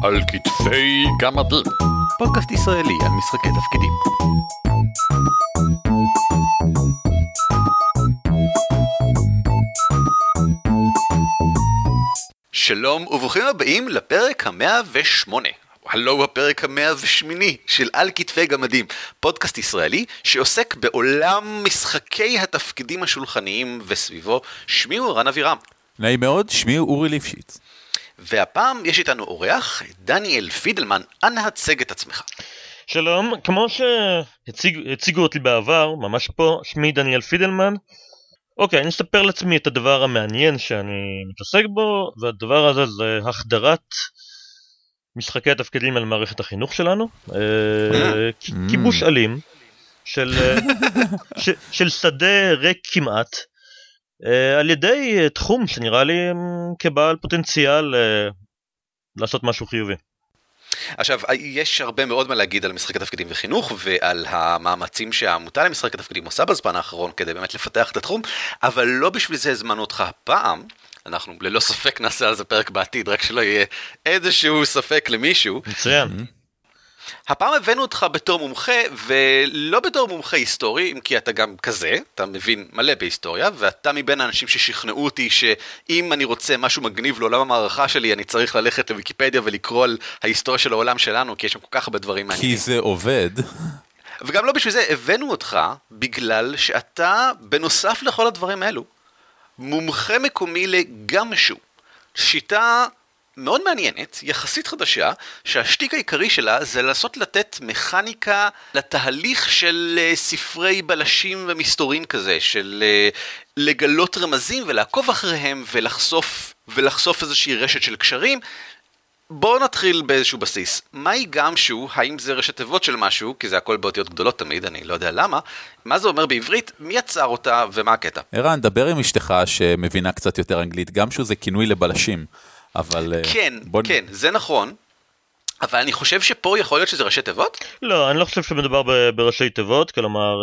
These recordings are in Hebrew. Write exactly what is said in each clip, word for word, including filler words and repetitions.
על כתפי גמדים, פודקאסט ישראלי על משחקי תפקידים. שלום וברוכים הבאים לפרק המאה ושמונה. הלו הפרק המאה ושמיני של על כתפי גמדים, פודקאסט ישראלי שעוסק בעולם משחקי התפקידים השולחניים וסביבו. שמי הוא רן אבירם. נעים מאוד, שמי הוא אורי ליפשיץ. והפעם יש איתנו אורח, דניאל פידלמן. אנא הצג את עצמך. שלום, כמו שהציגו אותי בעבר, ממש פה, שמי דניאל פידלמן. אוקיי, אני אספר לעצמי את הדבר המעניין שאני מתעסק בו, והדבר הזה זה החדרת משחקי התפקידים על מערכת החינוך שלנו. כיבוש אלים של שדה ריק כמעט, על ידי תחום שנראה לי כבעל פוטנציאל לעשות משהו חיובי. עכשיו, יש הרבה מאוד מה להגיד על משחקי תפקידים וחינוך, ועל המאמצים שהעמותה למשחקי תפקידים עושה בזמן האחרון כדי באמת לפתח את התחום, אבל לא בשביל זה הזמנו אותך הפעם. אנחנו ללא ספק נעשה על זה פרק בעתיד, רק שלא יהיה איזשהו ספק למישהו. מצוין. הפעם הבאנו אותך בתור מומחה, ולא בתור מומחה היסטורי, אם כי אתה גם כזה, אתה מבין מלא בהיסטוריה, ואתה מבין האנשים ששכנעו אותי שאם אני רוצה משהו מגניב לעולם המערכה שלי, אני צריך ללכת לוויקיפדיה ולקרוא על ההיסטוריה של העולם שלנו, כי יש שם כל כך הרבה דברים מעניינים. כי זה עובד. וגם לא בשביל זה, הבאנו אותך בגלל שאתה, בנוסף לכל הדברים האלו, מומחה מקומי לגמשו. שיטה מאוד מעניינת, יחסית חדשה, שהשתיק העיקרי שלה זה לנסות לתת מכניקה לתהליך של ספרי בלשים ומסתורין כזה, של לגלות רמזים ולעקוב אחריהם ולחשוף, ולחשוף איזושהי רשת של קשרים. בואו נתחיל באיזשהו בסיס. מהי גמשו? האם זה ראשי תיבות של משהו? כי זה הכל באותיות גדולות תמיד, אני לא יודע למה. מה זה אומר בעברית? מי יצר אותה ומה הקטע? ערן, דבר עם אשתך שמבינה קצת יותר אנגלית. גמשו זה כינוי לבלשים. אבל... כן, בוא... כן, זה נכון. אבל אני חושב שפה יכול להיות שזה ראשי תיבות? לא, אני לא חושב שמדובר ב- בראשי תיבות. כלומר,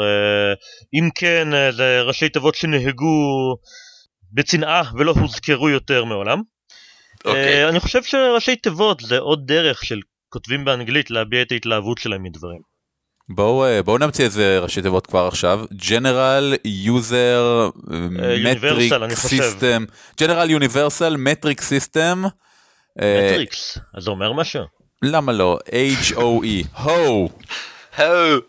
אם כן, זה ראשי תיבות שנהגו בצנעה ולא הוזכרו יותר מעולם. Okay. אני חושב שראשי תיבות זה עוד דרך של כותבים באנגלית להביע את ההתלהבות שלהם מדברים. בואו בואו נמציא איזה ראשי תיבות כבר עכשיו. General User Metric System. General Universal Metric System. מטריקס, אז זה אומר משהו? למה לא? H O E. הו. הו.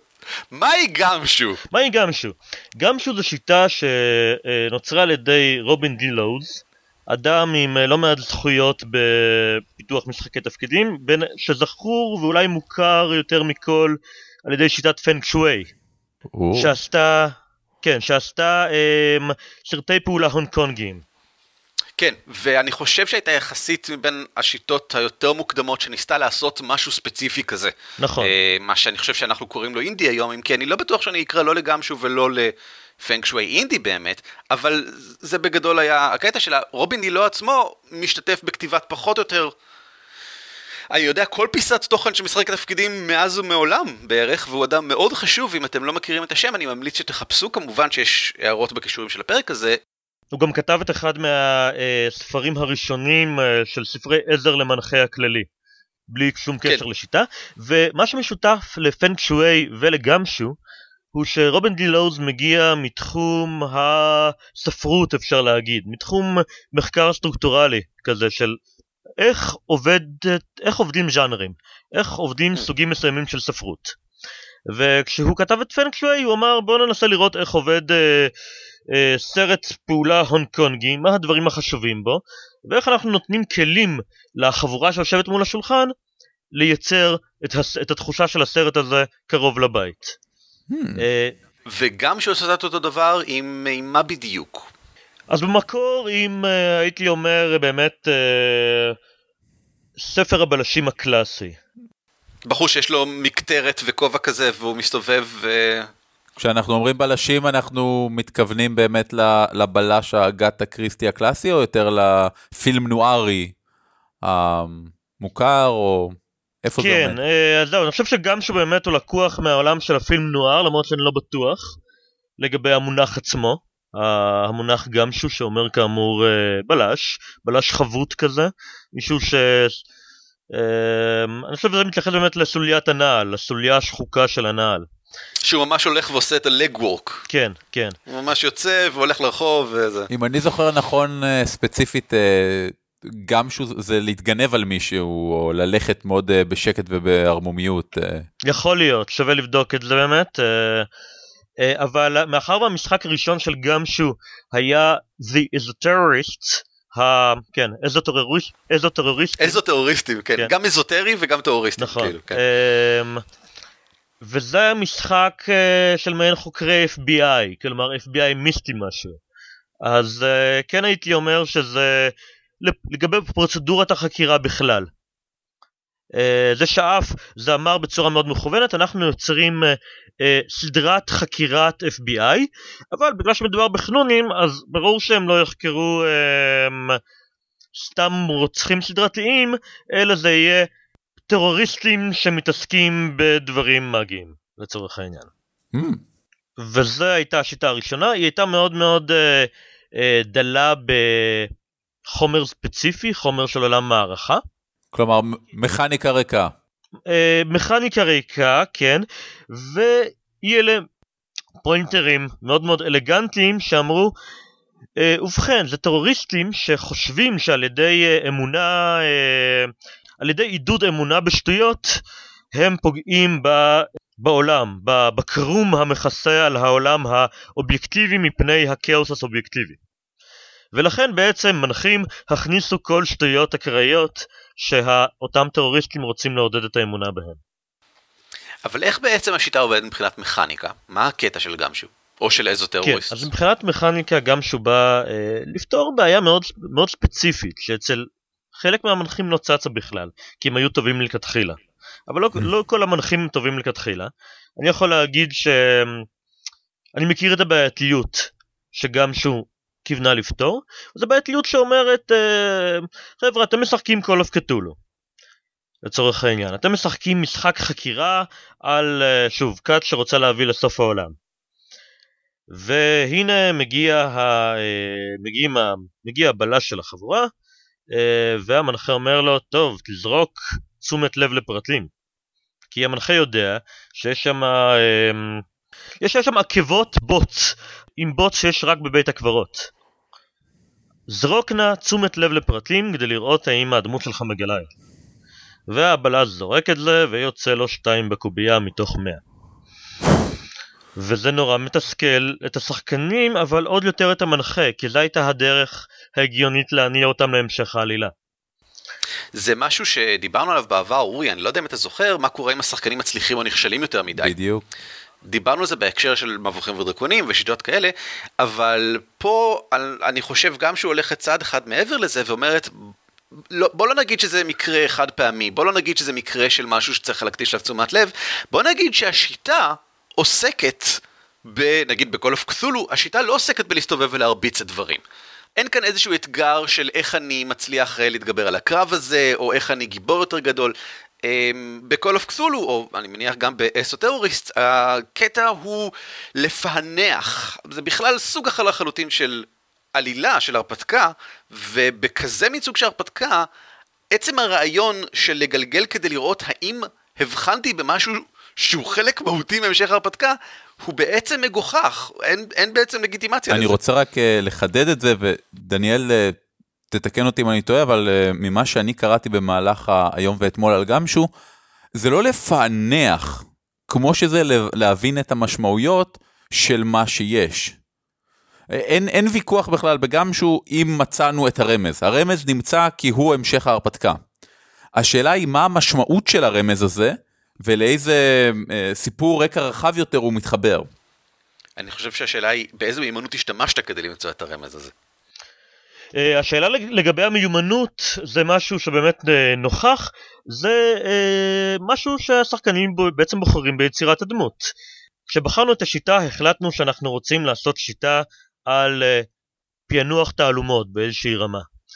מהי גמשו? מהי גמשו? גמשו זו שיטה שנוצרה על ידי רובין די לואוז, אדם עם לא מעט זכויות בפיתוח משחקי תפקידים, שזכור ואולי מוכר יותר מכל על ידי שיטת פנג שווי, שעשתה, כן, שעשתה um, סרטי פעולה הונג קונגיים. כן, ואני חושב שהייתה יחסית מבין השיטות היותר מוקדמות שניסתה לעשות משהו ספציפי כזה. נכון. Uh, מה שאני חושב שאנחנו קוראים לו אינדי היום, אם כי אני לא בטוח שאני אקרא לא לגמשו ולא ל... פנג שווי אינדי באמת, אבל זה בגדול היה הקטע שלה. רובין די לואוז עצמו משתתף בכתיבת פחות או יותר, אני יודע, כל פיסת תוכן של משחקי תפקידים מאז ומעולם בערך, והוא אדם מאוד חשוב. אם אתם לא מכירים את השם, אני ממליץ שתחפשו, כמובן שיש הערות בקישורים של הפרק הזה. הוא גם כתב את אחד מהספרים הראשונים של ספרי עזר למנחה הכללי, בלי שום קשר כן. לשיטה, ומה שמשותף לפנג שווי ולגמשו, הוא שרובין די לואוז מגיע מתחום הספרות, אפשר להגיד, מתחום מחקר סטרוקטורלי כזה של איך עובד, איך עובדים ז'אנרים, איך עובדים סוגים מסוימים של ספרות. וכשהוא כתב את פנג שווי הוא אמר בואו ננסה לראות איך עובד אה, אה, סרט פעולה הונג קונגי, מה הדברים החשובים בו, ואיך אנחנו נותנים כלים לחבורה שיושבת מול השולחן לייצר את, הס, את התחושה של הסרט הזה קרוב לבית. וגם שעושה אותו דבר עם, עם מה בדיוק? אז במקור, אם הייתי אומר באמת ספר הבלשים הקלאסי, בחור שיש לו מקטרת וכובע כזה והוא מסתובב ו... כשאנחנו אומרים בלשים אנחנו מתכוונים באמת לבלש האגתה קריסטי הקלאסי, או יותר לפילם נוארי המוכר, או... איפה כן, זה עומד? אז זהו, אני חושב שגם שבאמת הוא לקוח מהעולם של הפילם נואר, למרות שאני לא בטוח לגבי המונח עצמו, המונח גמשו שאומר כאמור בלש, בלש חבוט כזה, מישהו אני חושב שזה מתייחס באמת לסוליית הנעל, לסוליה השחוקה של הנעל. שהוא ממש הולך ועושה את הלג-וורק. כן, כן. הוא ממש יוצא והולך לרחוב וזה. אם אני זוכר נכון ספציפית, גם שזה להתגנב על מישהו, או ללכת מאוד בשקט ובהרמומיות. יכול להיות, שווה לבדוק את זה באמת. אבל מאחר והמשחק הראשון של גמשו היה The Esoterists, ה... כן, איזוטרוריסט, איזוטרוריסטים. איזוטרוריסטים, כן. כן. גם איזוטרי וגם טרוריסטים. נכון. כאילו, כן. וזה היה משחק של מעין חוקרי אף בי איי, כלומר אף בי איי מיסטי משהו. אז כן הייתי אומר שזה לגבי פרוצדורת החקירה בכלל. זה שאף, זה אמר בצורה מאוד מכוונת, אנחנו יוצרים סדרת חקירת אף בי איי, אבל בגלל שמדובר בחנונים, אז ברור שהם לא יחקרו סתם רוצחים סדרתיים, אלא זה יהיה טרוריסטים שמתעסקים בדברים מגיים, לצורך העניין. Mm. וזו הייתה השיטה הראשונה, היא הייתה מאוד מאוד אה, אה, דלה בחומר ספציפי, חומר של עולם מערכה. כלומר, מכניקה ריקה. אה, מכניקה ריקה, כן, ואלה פוינטרים מאוד מאוד אלגנטיים שאמרו, אה, ובכן, זה טרוריסטים שחושבים שעל ידי אה, אמונה... אה, על ידי עידוד אמונה בשטויות, הם פוגעים ב, בעולם, ב, בקרום המכסה על העולם האובייקטיבי מפני הכאוס הסובייקטיבי. ולכן בעצם מנחים הכניסו כל שטויות אקראיות שאותם טרוריסטים רוצים לעודד את האמונה בהם. אבל איך בעצם השיטה עובדת מבחינת מכניקה? מה הקטע של גמשו? או של איזו טרוריסט? כן, אז מבחינת מכניקה גמשו בא אה, לפתור בעיה מאוד, מאוד ספציפית, שאצל חלק מהמנחים לא צצה בכלל, כי הם היו טובים מלכתחילה. אבל לא, לא כל המנחים טובים מלכתחילה. אני יכול להגיד שאני מכיר את הבעייתיות שגמשו כיוונה לפתור. זו בעייתיות שאומרת, חבר'ה, אתם משחקים Call of Cthulhu. לצורך העניין. אתם משחקים משחק חקירה על, שוב, קאט שרוצה להביא לסוף העולם. והנה מגיע, ה, מגיע, מגיע הבלש של החבורה, והמנחה אומר לו, טוב, תזרוק תשומת לב לפרטים. כי המנחה יודע שיש שם, יש שם עקבות בוץ, עם בוץ שיש רק בבית הקברות. זרוק נא תשומת לב לפרטים כדי לראות האם הדמות שלך מגלה. והבלש זורק את זה ויוצא לו שתיים בקובייה מתוך מאה. וזה נורא מתסכל את השחקנים, אבל עוד יותר את המנחה, כי זו הייתה הדרך ההגיונית להניע אותם להמשך העלילה. זה משהו שדיברנו עליו בעבר, אורי, אני לא יודע אם אתה זוכר, מה קורה אם השחקנים מצליחים או נכשלים יותר מדי. בדיוק. דיברנו על זה בהקשר של מבוכים ודרקונים ושיטות כאלה, אבל פה אני חושב גם שהוא הולך צעד אחד מעבר לזה, ואומרת, לא, בוא לא נגיד שזה מקרה חד פעמי, בוא לא נגיד שזה מקרה של משהו שצריך להקדיש לו תשומת לב, בוא נגיד שהשיטה עוסקת, ב, נגיד ב-Call of Cthulhu, השיטה לא עוסקת בלהסתובב ולהרביץ את דברים. אין כאן איזשהו אתגר של איך אני מצליח להתגבר על הקרב הזה, או איך אני גיבור יותר גדול. ב-Call of Cthulhu, או אני מניח גם ב-Esoterrorists, הקטע הוא לפענח. זה בכלל סוג אחר לחלוטין של עלילה, של הרפתקה, ובכזה מיצוג של הרפתקה, עצם הרעיון של לגלגל כדי לראות האם הבחנתי במשהו שהוא חלק מהותי מהמשך הרפתקה, הוא בעצם מגוחך, אין, אין בעצם לגיטימציה אני לזה. רוצה רק uh, לחדד את זה, ודניאל, uh, תתקן אותי אם אני טועה, אבל uh, ממה שאני קראתי במהלך היום ואתמול על גמשו, זה לא לפענח, כמו שזה להבין את המשמעויות של מה שיש. אין, אין ויכוח בכלל בגמשו אם מצאנו את הרמז. הרמז נמצא כי הוא המשך ההרפתקה. השאלה היא מה המשמעות של הרמז הזה, ולאיזה אה, סיפור רקע רחב יותר הוא מתחבר. אני חושב שהשאלה היא, באיזו מיומנות השתמשת כדי למצוא את הרמז הזה? Uh, השאלה לגבי המיומנות, זה משהו שבאמת uh, נוכח, זה uh, משהו שהשחקנים בעצם בוחרים ביצירת הדמות. כשבחרנו את השיטה, החלטנו שאנחנו רוצים לעשות שיטה על uh, פענוח תעלומות באיזושהי רמה.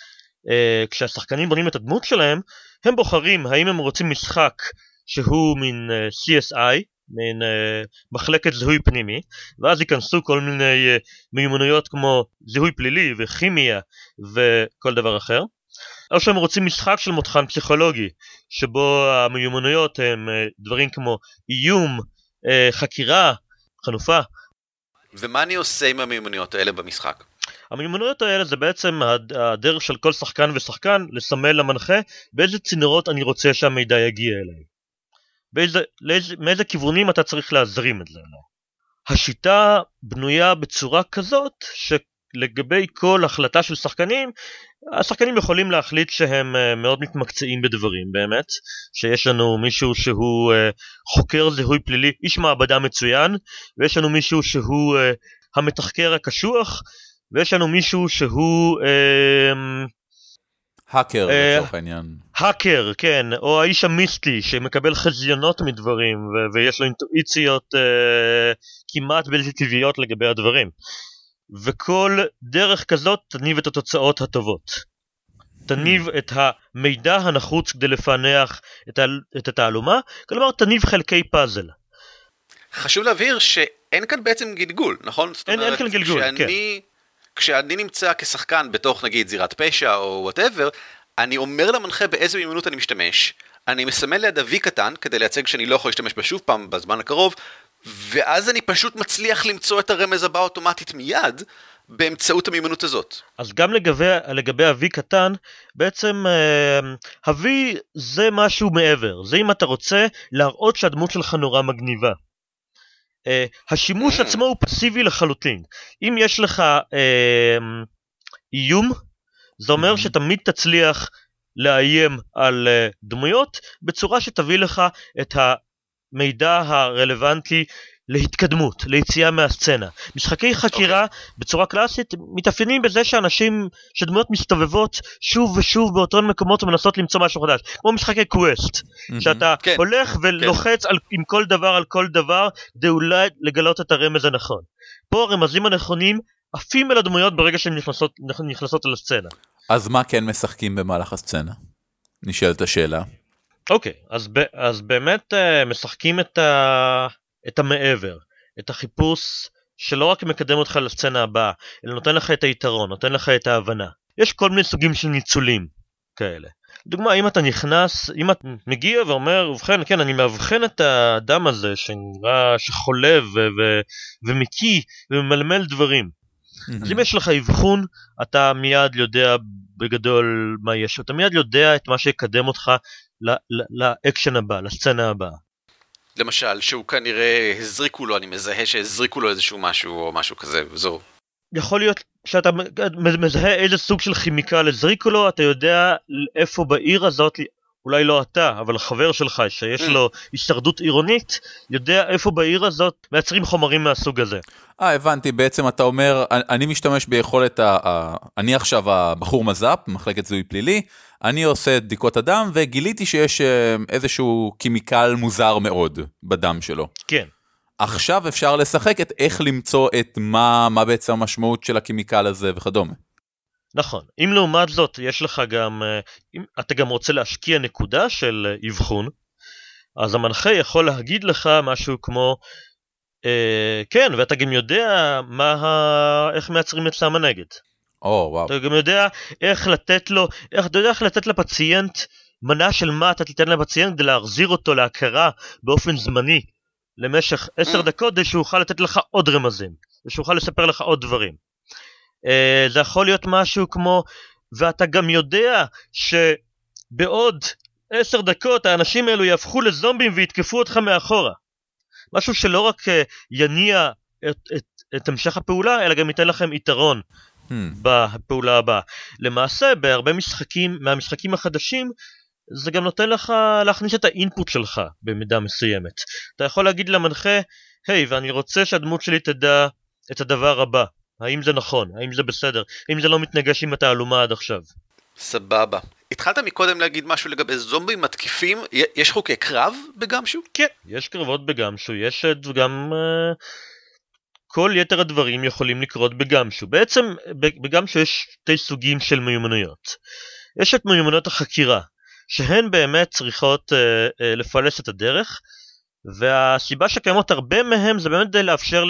Uh, כשהשחקנים בונים את הדמות שלהם, הם בוחרים האם הם רוצים משחק שהוא מין uh, סי אס איי, מין uh, מחלקת זיהוי פנימי, ואז ייכנסו כל מיני uh, מיומנויות כמו זיהוי פלילי וכימיה וכל דבר אחר. או שהם רוצים משחק של מותחן פסיכולוגי, שבו המיומנויות הם דברים כמו איום, חקירה, חנופה. ומה אני עושה עם המיומנויות האלה במשחק? המיומנויות האלה זה בעצם הדרך של כל שחקן ושחקן לסמל למנחה באיזה צינורות אני רוצה שהמידע יגיע אליי. באיזה, לאיזה, מאיזה כיוונים אתה צריך להזרים את זה אליי. השיטה בנויה בצורה כזאת שלגבי כל החלטה של שחקנים, השחקנים יכולים להחליט שהם מאוד מתמקצעים בדברים באמת, שיש לנו מישהו שהוא חוקר זיהוי פלילי, איש מעבדה מצוין, ויש לנו מישהו שהוא המתחקר הקשוח, ויש לנו מישהו שהוא האקר לצורך העניין. האקר, כן, או האיש המיסטי שמקבל חזיונות מדברים ו- ויש לו אינטואיציות אה, כמעט בלתי טבעיות לגבי הדברים. וכל דרך כזאת תניב את התוצאות הטובות. תניב את המידע הנחוץ כדי לפענח את, ה- את התעלומה, כלומר תניב חלקי פאזל. חשוב להבהיר שאין כאן בעצם גלגול, נכון? אין, אין כאן גלגול, כשאני, כן. כשאני נמצא כשחקן בתוך נגיד זירת פשע או whatever, אני אומר למנחה באיזה מיומנות אני משתמש, אני מסמן ליד אבי קטן כדי לייצג שאני לא יכול להשתמש בשוב פעם בזמן הקרוב, ואז אני פשוט מצליח למצוא את הרמז הבא אוטומטית מיד באמצעות המיומנות הזאת. אז גם לגבי, לגבי אבי קטן, בעצם אבי זה משהו מעבר, זה אם אתה רוצה להראות שהדמות שלך נורא מגניבה. השימוש עצמו הוא פסיבי לחלוטין. אם יש לך איום, זה אומר שתמיד תצליח לאיים על דמויות בצורה שתביא לך את המידע הרלוונטי להתקדמות, ליציאה מהסצנה. משחקי חקירה okay. בצורה קלאסית מתאפיינים בזה שאנשים, שדמויות מסתובבות שוב ושוב באותון מקומות ומנסות למצוא משהו חדש, כמו משחקי קווסט, mm-hmm. שאתה כן. הולך ולוחץ כן. על, עם כל דבר על כל דבר כדי אולי לגלות את הרמז הנכון. פה הרמזים הנכונים עפים אל הדמויות ברגע שהן נכנסות, נכנסות אל הסצנה. אז מה כן משחקים במהלך הסצנה? נשאלת השאלה. אוקיי, okay, אז, ב- אז באמת uh, משחקים את ה... את המעבר, את החיפוש שלא רק מקדם אותך לסצנה הבאה, אלא נותן לך את היתרון, נותן לך את ההבנה. יש כל מיני סוגים של ניצולים כאלה. לדוגמה, אם אתה נכנס, אם אתה מגיע ואומר, ובכן, כן, אני מאבחן את האדם הזה שנראה שחולב ו- ו- ומקיא וממלמל דברים. אז אם יש לך אבחון, אתה מיד יודע בגדול מה יש, אתה מיד יודע את מה שיקדם אותך לאקשן הבא, לסצנה הבאה. למשל, שהוא כנראה הזריקו לו, אני מזהה שהזריקו לו איזשהו משהו או משהו כזה, וזהו. יכול להיות שאתה מזהה איזה סוג של כימיקל הזריקו לו, אתה יודע איפה בעיר הזאת, אולי לא אתה, אבל החבר שלך שיש לו הישרדות עירונית, יודע איפה בעיר הזאת מייצרים חומרים מהסוג הזה. אה, הבנתי, בעצם אתה אומר, אני משתמש ביכולת, אני עכשיו הבחור מז"פ, מחלקת זיהוי פלילי, אני עושה בדיקות הדם, וגיליתי שיש איזשהו כימיקל מוזר מאוד בדם שלו. כן. עכשיו אפשר לשחק את איך למצוא את מה, מה בעצם המשמעות של הכימיקל הזה וכדומה. נכון. אם לעומת זאת יש לך גם, אם אתה גם רוצה להשקיע נקודה של אבחון, אז המנחה יכול להגיד לך משהו כמו, אה, כן, ואתה גם יודע מה ה... איך מייצרים את סם הנגד. או, וואו. אתה גם יודע איך לתת לו, איך, אתה יודע איך לתת לפציינט מנה של מה אתה תיתן לפציינט כדי להחזיר אותו להכרה באופן זמני למשך עשר דקות, כדי שהוא יוכל לתת לך עוד רמזים, ושהוא יוכל לספר לך עוד דברים. Uh, זה יכול להיות משהו כמו, ואתה גם יודע שבעוד עשר דקות האנשים האלו יהפכו לזומבים ויתקפו אותך מאחורה. משהו שלא רק uh, יניע את, את, את המשך הפעולה, אלא גם ייתן לכם יתרון hmm. בפעולה הבאה. למעשה, בהרבה משחקים, מהמשחקים החדשים, זה גם נותן לך להכניס את האינפוט שלך במידה מסוימת. אתה יכול להגיד למנחה, היי, ואני רוצה שהדמות שלי תדע את הדבר הבא. האם זה נכון? האם זה בסדר? האם זה לא מתנגש עם התעלומה עד עכשיו? סבבה. התחלת מקודם להגיד משהו לגבי זומבים מתקיפים, יש חוקי קרב בגמשו? כן, יש קרבות בגמשו, יש גם... Uh, כל יתר הדברים יכולים לקרות בגמשו. בעצם בגמשו יש שתי סוגים של מיומנויות. יש את מיומנויות החקירה, שהן באמת צריכות uh, uh, לפלס את הדרך, והסיבה שקיימות הרבה מהם זה באמת כדי לאפשר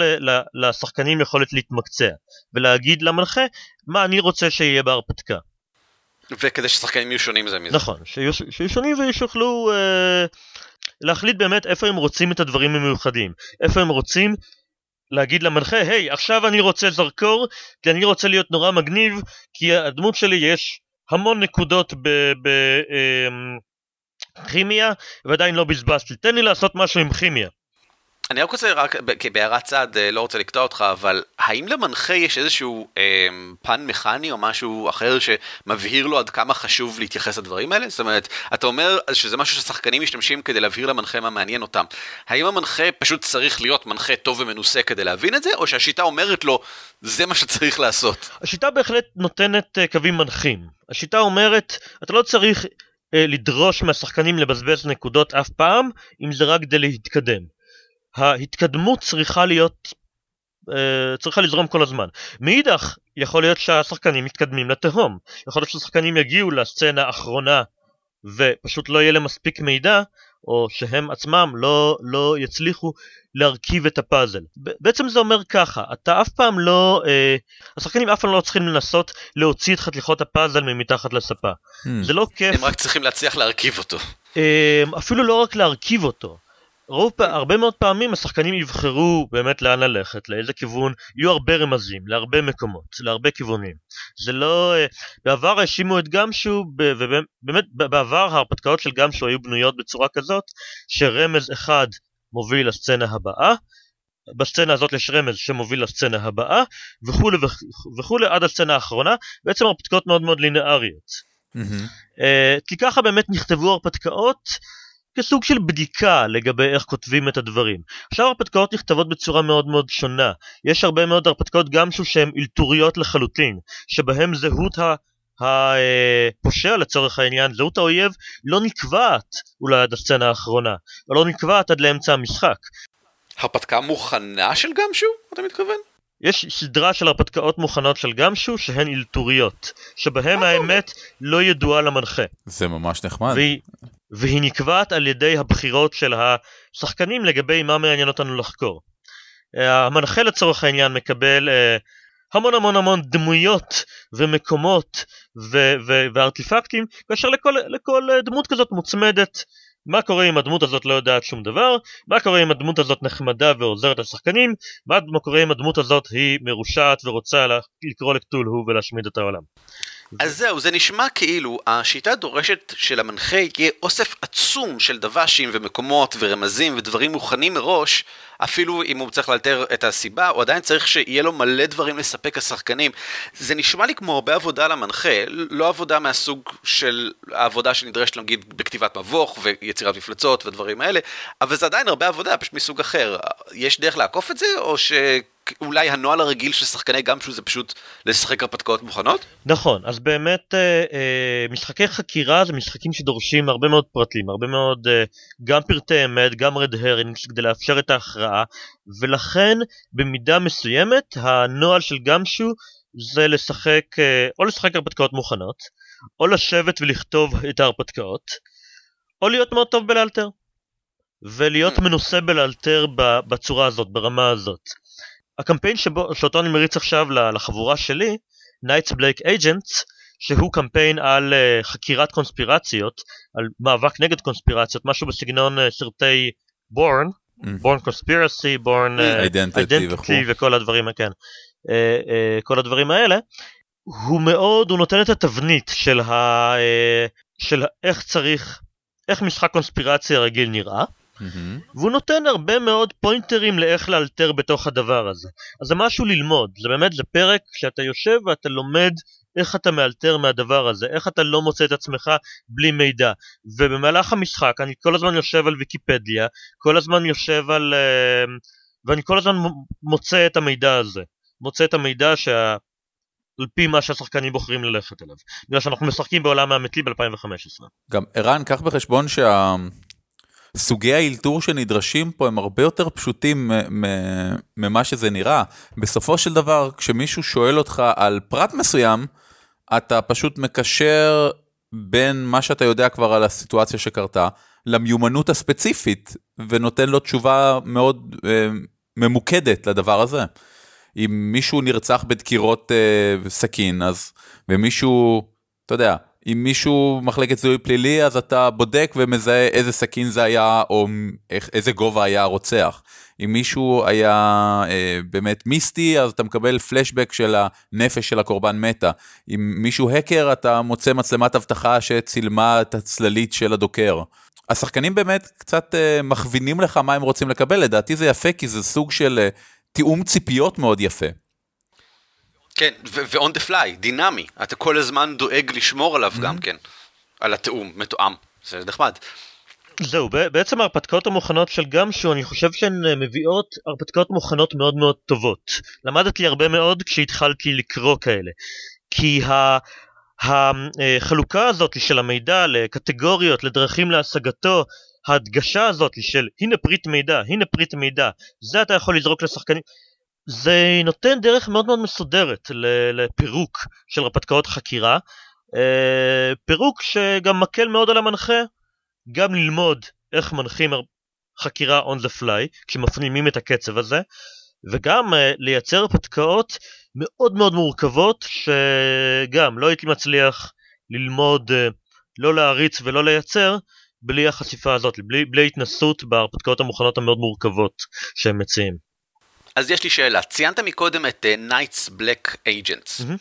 לשחקנים יכולת להתמקצע ולהגיד למנחה מה אני רוצה שיהיה בהרפתקה. וכדי ששחקנים יהיו שונים זה מזה. נכון, שיהיו, שיהיו שונים וישוכלו אה, להחליט באמת איפה הם רוצים את הדברים המיוחדים, איפה הם רוצים להגיד למנחה, היי, עכשיו אני רוצה זרקור, כי אני רוצה להיות נורא מגניב, כי הדמות שלי יש המון נקודות בכימיה, ועדיין לא בזבזתי, תן לי לעשות משהו עם כימיה. אני רק רוצה, רק בהערת צד, לא רוצה לקטוע אותך, אבל האם למנחה יש איזשהו אה, פן מכני או משהו אחר שמבהיר לו עד כמה חשוב להתייחס לדברים האלה? זאת אומרת, אתה אומר שזה משהו ששחקנים משתמשים כדי להבהיר למנחה מה מעניין אותם. האם המנחה פשוט צריך להיות מנחה טוב ומנוסה כדי להבין את זה, או שהשיטה אומרת לו, זה מה שצריך לעשות? השיטה בהחלט נותנת uh, קווים מנחים. השיטה אומרת, אתה לא צריך uh, לדרוש מהשחקנים לבזבז נקודות אף פעם, אם זה רק כדי להתקדם. ההתקדמות צריכה להיות, uh, צריכה לזרום כל הזמן. מאידך, יכול להיות שהשחקנים מתקדמים לתהום. יכול להיות שהשחקנים יגיעו לסצנה האחרונה, ופשוט לא יהיה להם מספיק מידע, או שהם עצמם לא, לא יצליחו להרכיב את הפאזל. בעצם זה אומר ככה, אתה אף פעם לא, אה, השחקנים אף פעם לא צריכים לנסות להוציא את חתיכות הפאזל ממתחת לספה. Hmm. זה לא כיף. הם רק צריכים להצליח להרכיב אותו. אה, אפילו לא רק להרכיב אותו. רוב, הרבה מאוד פעמים השחקנים יבחרו באמת לאן ללכת, לאיזה כיוון, יהיו הרבה רמזים, להרבה מקומות, להרבה כיוונים. זה לא, בעבר האשימו את גמשו, ובאמת בעבר ההרפתקאות של גמשו היו בנויות בצורה כזאת, שרמז אחד מוביל לסצנה הבאה, בסצנה הזאת יש רמז שמוביל לסצנה הבאה, וכו' וכו' עד הסצנה האחרונה, בעצם הרפתקאות מאוד מאוד לינאריות. Mm-hmm. כי ככה באמת נכתבו הרפתקאות, כסוג של בדיקה לגבי איך כותבים את הדברים. עכשיו הרפתקאות נכתבות בצורה מאוד מאוד שונה. יש הרבה מאוד הרפתקאות גם שהן אלתוריות לחלוטין, שבהם זהות הפושע לצורך העניין, זהות האויב לא נקבעת אולי עד הסצנה האחרונה, או לא נקבעת עד לאמצע המשחק. הרפתקה מוכנה של גמשו, אתה מתכוון? יש סדרה של הרפתקאות מוכנות של גמשו שהן אלתוריות, שבהם האמת לא ידועה למנחה. זה ממש נחמד. והיא... והיא נקבעת על ידי הבחירות של השחקנים לגבי מה מעניין אותנו לחקור. המנחה לצורך העניין מקבל המון המון המון דמויות ומקומות ו- ו- וארטיפקטים, כאשר לכל, לכל דמות כזאת מוצמדת מה קורה אם הדמות הזאת לא יודעת שום דבר, מה קורה אם הדמות הזאת נחמדה ועוזרת לשחקנים, מה קורה אם הדמות הזאת היא מרושעת ורוצה לקרוא לקטולהו ולהשמיד את העולם. אז זהו, זה נשמע כאילו השיטה דורשת של המנחה יהיה אוסף עצום של דבשים ומקומות ורמזים ודברים מוכנים מראש, אפילו אם הוא צריך לאלתר את הסיבה, הוא עדיין צריך שיהיה לו מלא דברים לספק לשחקנים. זה נשמע לי כמו הרבה עבודה למנחה, לא עבודה מהסוג של העבודה שנדרשת נגיד בכתיבת מבוך ויצירת מפלצות ודברים האלה, אבל זה עדיין הרבה עבודה, פשוט מסוג אחר. יש דרך לעקוף את זה, או ש... אולי הנועל הרגיל של שחקני גמשו זה פשוט לשחק הרפתקאות מוכנות? נכון, אז באמת משחקי חקירה זה משחקים שדורשים הרבה מאוד פרטים, הרבה מאוד גם פרטי אמת, גם רד הרינגס כדי לאפשר את ההכרעה, ולכן במידה מסוימת הנועל של גמשו זה לשחק, או לשחק הרפתקאות מוכנות, או לשבת ולכתוב את ההרפתקאות, או להיות מאוד טוב בלאלתר, ולהיות מנוסה בלאלתר בצורה הזאת, ברמה הזאת. הקמפיין שבו, שאותו אני מריץ עכשיו לחבורה שלי, Knights Blake Agents, שהוא קמפיין על uh, חקירת קונספירציות, על מאבק נגד קונספירציות, משהו בסגנון uh, סרטי Born, mm. Born Conspiracy, Born uh, Identity, Identity וכל הדברים, כן, uh, uh, כל הדברים האלה, הוא מאוד, הוא נותן את התבנית של, ה, uh, של איך צריך, איך משחק קונספירציה רגיל נראה, Mm-hmm. והוא נותן הרבה מאוד פוינטרים לאיך לאלתר בתוך הדבר הזה. אז זה משהו ללמוד, זה באמת, זה פרק שאתה יושב ואתה לומד איך אתה מאלתר מהדבר הזה, איך אתה לא מוצא את עצמך בלי מידע. ובמהלך המשחק אני כל הזמן יושב על ויקיפדיה, כל הזמן יושב על, ואני כל הזמן מוצא את המידע הזה, מוצא את המידע שה... על פי מה שהשחקנים בוחרים ללכת אליו, בגלל שאנחנו משחקים בעולם האמיתי ב-אלפיים וחמש עשרה. גם ערן, קח בחשבון שה... סוגי האלתור שנדרשים פה הם הרבה יותר פשוטים ממה שזה נראה. בסופו של דבר, כשמישהו שואל אותך על פרט מסוים, אתה פשוט מקשר בין מה שאתה יודע כבר על הסיטואציה שקרתה, למיומנות הספציפית, ונותן לו תשובה מאוד אה, ממוקדת לדבר הזה. אם מישהו נרצח בדקירות אה, סכין, אז ומישהו, אתה יודע, אם מישהו מחלקת זיהוי פלילי, אז אתה בודק ומזהה איזה סכין זה היה, או איך, איזה גובה היה הרוצח. אם מישהו היה אה, באמת מיסטי, אז אתה מקבל פלשבק של הנפש של הקורבן מתה. אם מישהו הקר, אתה מוצא מצלמת הבטחה שצילמה את הצללית של הדוקר. השחקנים באמת קצת אה, מכווינים לך מה הם רוצים לקבל, לדעתי זה יפה, כי זה סוג של אה, תיאום ציפיות מאוד יפה. כן, ו-on the fly, דינמי. אתה כל הזמן דואג לשמור עליו גם כן, על התיאום, מתואם. זה נחמד. זהו, בעצם ההרפתקאות המוכנות של גמשו, אני חושב שהן מביאות הרפתקאות מוכנות מאוד מאוד טובות. למדתי הרבה מאוד כשהתחלתי לקרוא כאלה. כי החלוקה הזאת של המידע לקטגוריות, לדרכים להשגתו, ההדגשה הזאת של הנה פריט מידע, הנה פריט מידע, זה אתה יכול לזרוק לשחקנים. זה נותן דרך מאוד מאוד מסודרת לפירוק של הרפתקאות חקירה, פירוק שגם מקל מאוד על המנחה, גם ללמוד איך מנחים חקירה on the fly, כשמפנימים את הקצב הזה, וגם לייצר הרפתקאות מאוד מאוד מורכבות, שגם לא הייתי מצליח ללמוד, לא להריץ ולא לייצר, בלי החשיפה הזאת, בלי, בלי התנסות בהרפתקאות המוכנות המאוד מורכבות שהם מציעים. אז יש לי שאלה, ציינת מקודם את uh, Knights Black Agents, mm-hmm.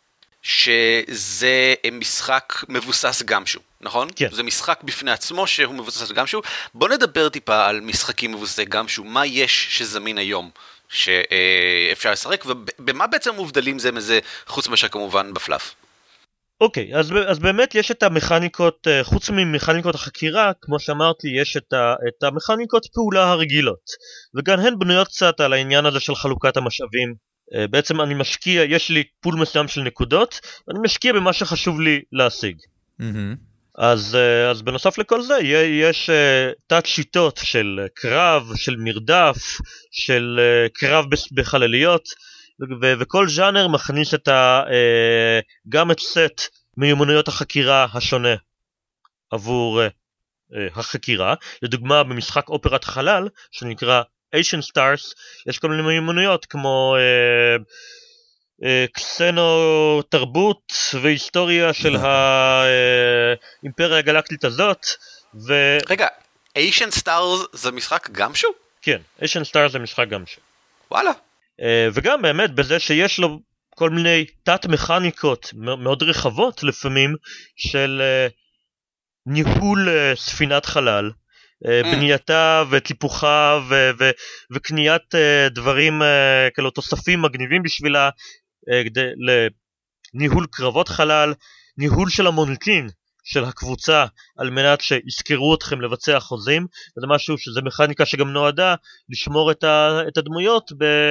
שזה משחק מבוסס גמשו, נכון? כן. זה משחק בפני עצמו שהוא מבוסס גמשו. בוא נדבר טיפה על משחקים מבוססי גמשו, מה יש שזמין היום שאפשר לשחק, ובמה בעצם מובדלים זה מזה, חוץ מאשר כמובן בפלאף? אוקיי, אז, אז באמת יש את המכניקות, חוץ ממכניקות החקירה, כמו שאמרתי, יש את, ה, את המכניקות פעולה הרגילות, וגם הן בנויות קצת על העניין הזה של חלוקת המשאבים. בעצם אני משקיע, יש לי פול מסוים של נקודות, ואני משקיע במה שחשוב לי להשיג. Mm-hmm. אז, אז בנוסף לכל זה, יש תת שיטות של קרב, של מרדף, של קרב בחלליות, ו- וכל ז'אנר מכניס את ה, גם את סט מיומנויות החקירה השונה עבור החקירה. לדוגמה, במשחק אופרת חלל, שנקרא Asian Stars, יש כל מיני מיומנויות כמו קסנו תרבות והיסטוריה של האימפריה הגלקטית הזאת. ו... רגע, Asian Stars זה משחק גמשו? כן, Asian Stars זה משחק גמשו. וואלה. וגם באמת בזה שיש לו כל מיני תת מכניקות מאוד רחבות לפעמים של ניהול ספינת חלל, בנייתה וטיפוחה ו- ו- וקניית דברים כאלו תוספים מגניבים בשבילה, כדי לניהול קרבות חלל, ניהול של המוניטין של הקבוצה על מנת שיזכרו אתכם לבצע חוזים. זה משהו שזה מכניקה שגם נועדה לשמור את, ה- את הדמויות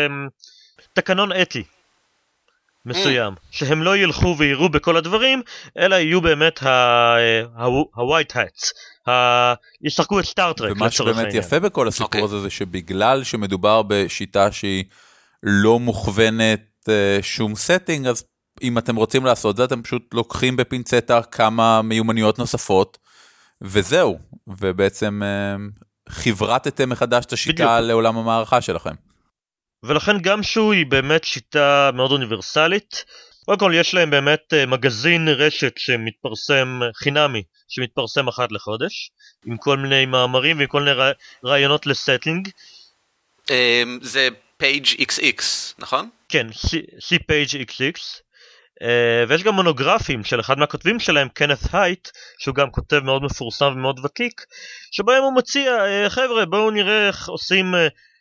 בתקנון אתי מסוים, שהם לא ילכו ויראו בכל הדברים, אלא יהיו באמת ה-white hats, ישחקו את סטארטרק. ומה שבאמת יפה בכל הסיפור הזה, זה שבגלל שמדובר בשיטה שהיא לא מוכוונת שום סטינג, אז אם אתם רוצים לעשות זה, אתם פשוט לוקחים בפינצטה כמה מיומנויות נוספות, וזהו, ובעצם חברתתם מחדש את השיטה לעולם המערכה שלכם. ולכן גם שהוא היא באמת שיטה מאוד אוניברסלית. קודם כל יש להם באמת מגזין רשת שמתפרסם חינמי, שמתפרסם אחת לחודש, עם כל מיני מאמרים ועם כל מיני רעיונות לסטינג. זה Page אקס אקס, נכון? כן, C-Page אקס אקס. ויש גם מונוגרפים של אחד מהכותבים שלהם, קנת הייט, שהוא גם כותב מאוד מפורסם ומאוד ותיק, שבהם הוא מציע, חבר'ה, בואו נראה איך עושים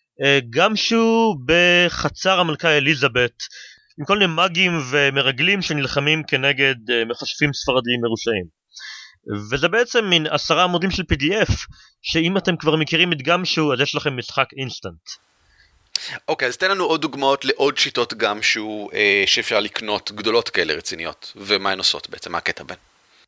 גמשו בחצר המלכה אליזבת, עם כל מיני מגים ומרגלים שנלחמים כנגד מכשפים ספרדיים מרושעים. וזה בעצם מין עשרה עמודים של פי די אף, שאם אתם כבר מכירים את גמשו, אז יש לכם משחק אינסטנט. אוקיי, אז תן לנו עוד דוגמאות לעוד שיטות גמשו אה, שאפשר לקנות, גדולות כאלה רציניות, ומה הן עושות בעצם, מה הקטע בין?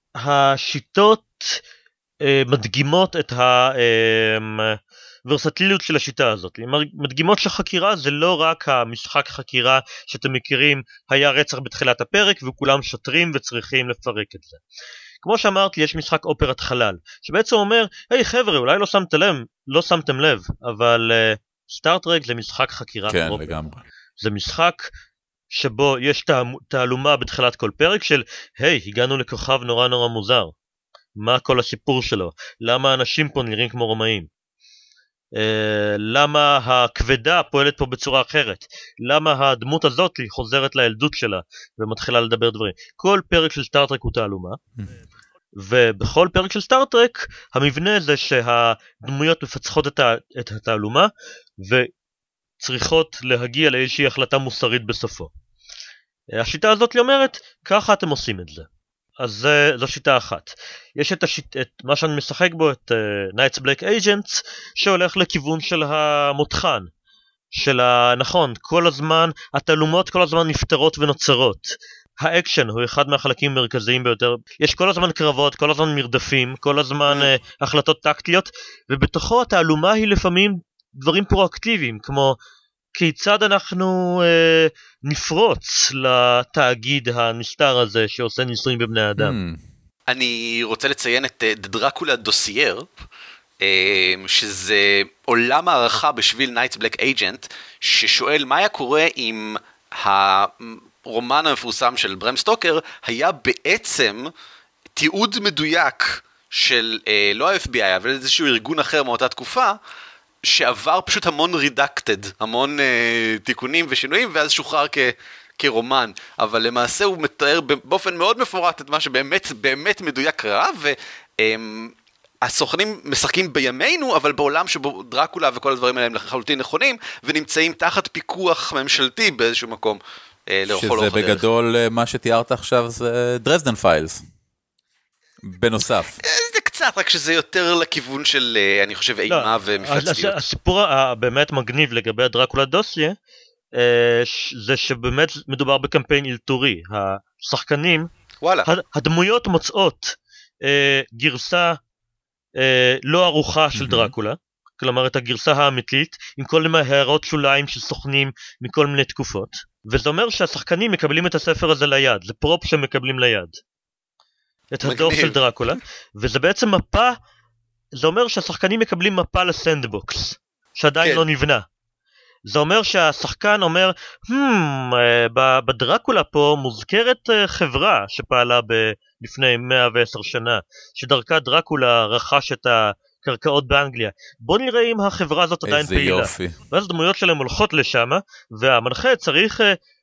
השיטות אה, מדגימות את ה... אה, ורסטיליות של השיטה הזאת. מדגימות שחקירה זה לא רק המשחק חקירה שאתם מכירים, היה רצח בתחילת הפרק וכולם שוטרים וצריכים לפרק את זה. כמו שאמרתי, יש משחק אופרת חלל, שבעצם אומר, היי חבר'ה, אולי לא שמתם לב, לא שמתם לב, אבל סטארטרק uh, זה משחק חקירה. כן, לגמרי. זה משחק שבו יש תעלומה בתחילת כל פרק של, היי, הגענו לכוכב נורא נורא מוזר. מה כל הסיפור שלו? למה האנשים פה נראים כמו רומאים? Uh, למה הכבדה פועלת פה בצורה אחרת? למה הדמות הזאת חוזרת לילדות שלה ומתחילה לדבר דברים? כל פרק של סטארטרק הוא תעלומה, ובכל פרק של סטארטרק המבנה זה שהדמויות מפצחות את, ה- את התעלומה וצריכות להגיע לאיזושהי החלטה מוסרית בסופו. השיטה הזאת אומרת, ככה אתם עושים את זה. אז זו שיטה אחת. יש את, השיט, את מה שאני משחק בו, את uh, Knights Black Agents, שהולך לכיוון של המותחן. של ה... נכון, כל הזמן, התעלומות כל הזמן נפטרות ונוצרות. האקשן הוא אחד מהחלקים המרכזיים ביותר. יש כל הזמן קרבות, כל הזמן מרדפים, כל הזמן uh, החלטות טקטיות, ובתוכו התעלומה היא לפעמים דברים פרואקטיביים, כמו כיצד אנחנו אה, נפרוץ לתאגיד הנסתר הזה שעושה ניסויים בבני אדם. Hmm. אני רוצה לציין את דרקולה דוסייר, אה, שזה עולם הערכה בשביל Knights Black Agent, ששואל מה היה קורה אם הרומן המפורסם של ברם סטוקר היה בעצם תיעוד מדויק של אה, לא ה-אף בי איי, אבל איזשהו ארגון אחר מאותה תקופה, שעבר פשוט המון רידקטד, המון אה, תיקונים ושינויים, ואז שוחרר כ, כרומן. אבל למעשה הוא מתאר באופן מאוד מפורט את מה שבאמת באמת מדויק קרה, והסוכנים אה, משחקים בימינו, אבל בעולם שבו דרקולה וכל הדברים האלה הם לחלוטין נכונים, ונמצאים תחת פיקוח ממשלתי באיזשהו מקום. אה, שזה בגדול הדרך. מה שתיארת עכשיו זה דרזדן פיילס. בנוסף. זה קצת, רק שזה יותר לכיוון של, אני חושב, אימה ומפלצתיות. הסיפור הבאמת מגניב לגבי הדרקולה דוסיה, זה שבאמת מדובר בקמפיין אילתורי. השחקנים, הדמויות מוצאות גרסה לא ערוכה של דרקולה, כלומר את הגרסה האמיתית, עם כל מיני הערות שוליים של סוכנים מכל מיני תקופות, וזה אומר שהשחקנים מקבלים את הספר הזה ליד, זה פרופ שהם מקבלים ליד. את הדור של דרקולה, וזה בעצם מפה, זה אומר שהשחקנים מקבלים מפה לסנדבוקס, שעדיין כן. לא נבנה. זה אומר שהשחקן אומר, hmm, בדרקולה פה מוזכרת חברה שפעלה ב- לפני מאה ועשר שנה, שדרכה דרקולה רכש את הקרקעות באנגליה. בוא נראה אם החברה הזאת עדיין פעילה. יופי. ואז הדמויות שלהם הולכות לשם, והמנחה צריך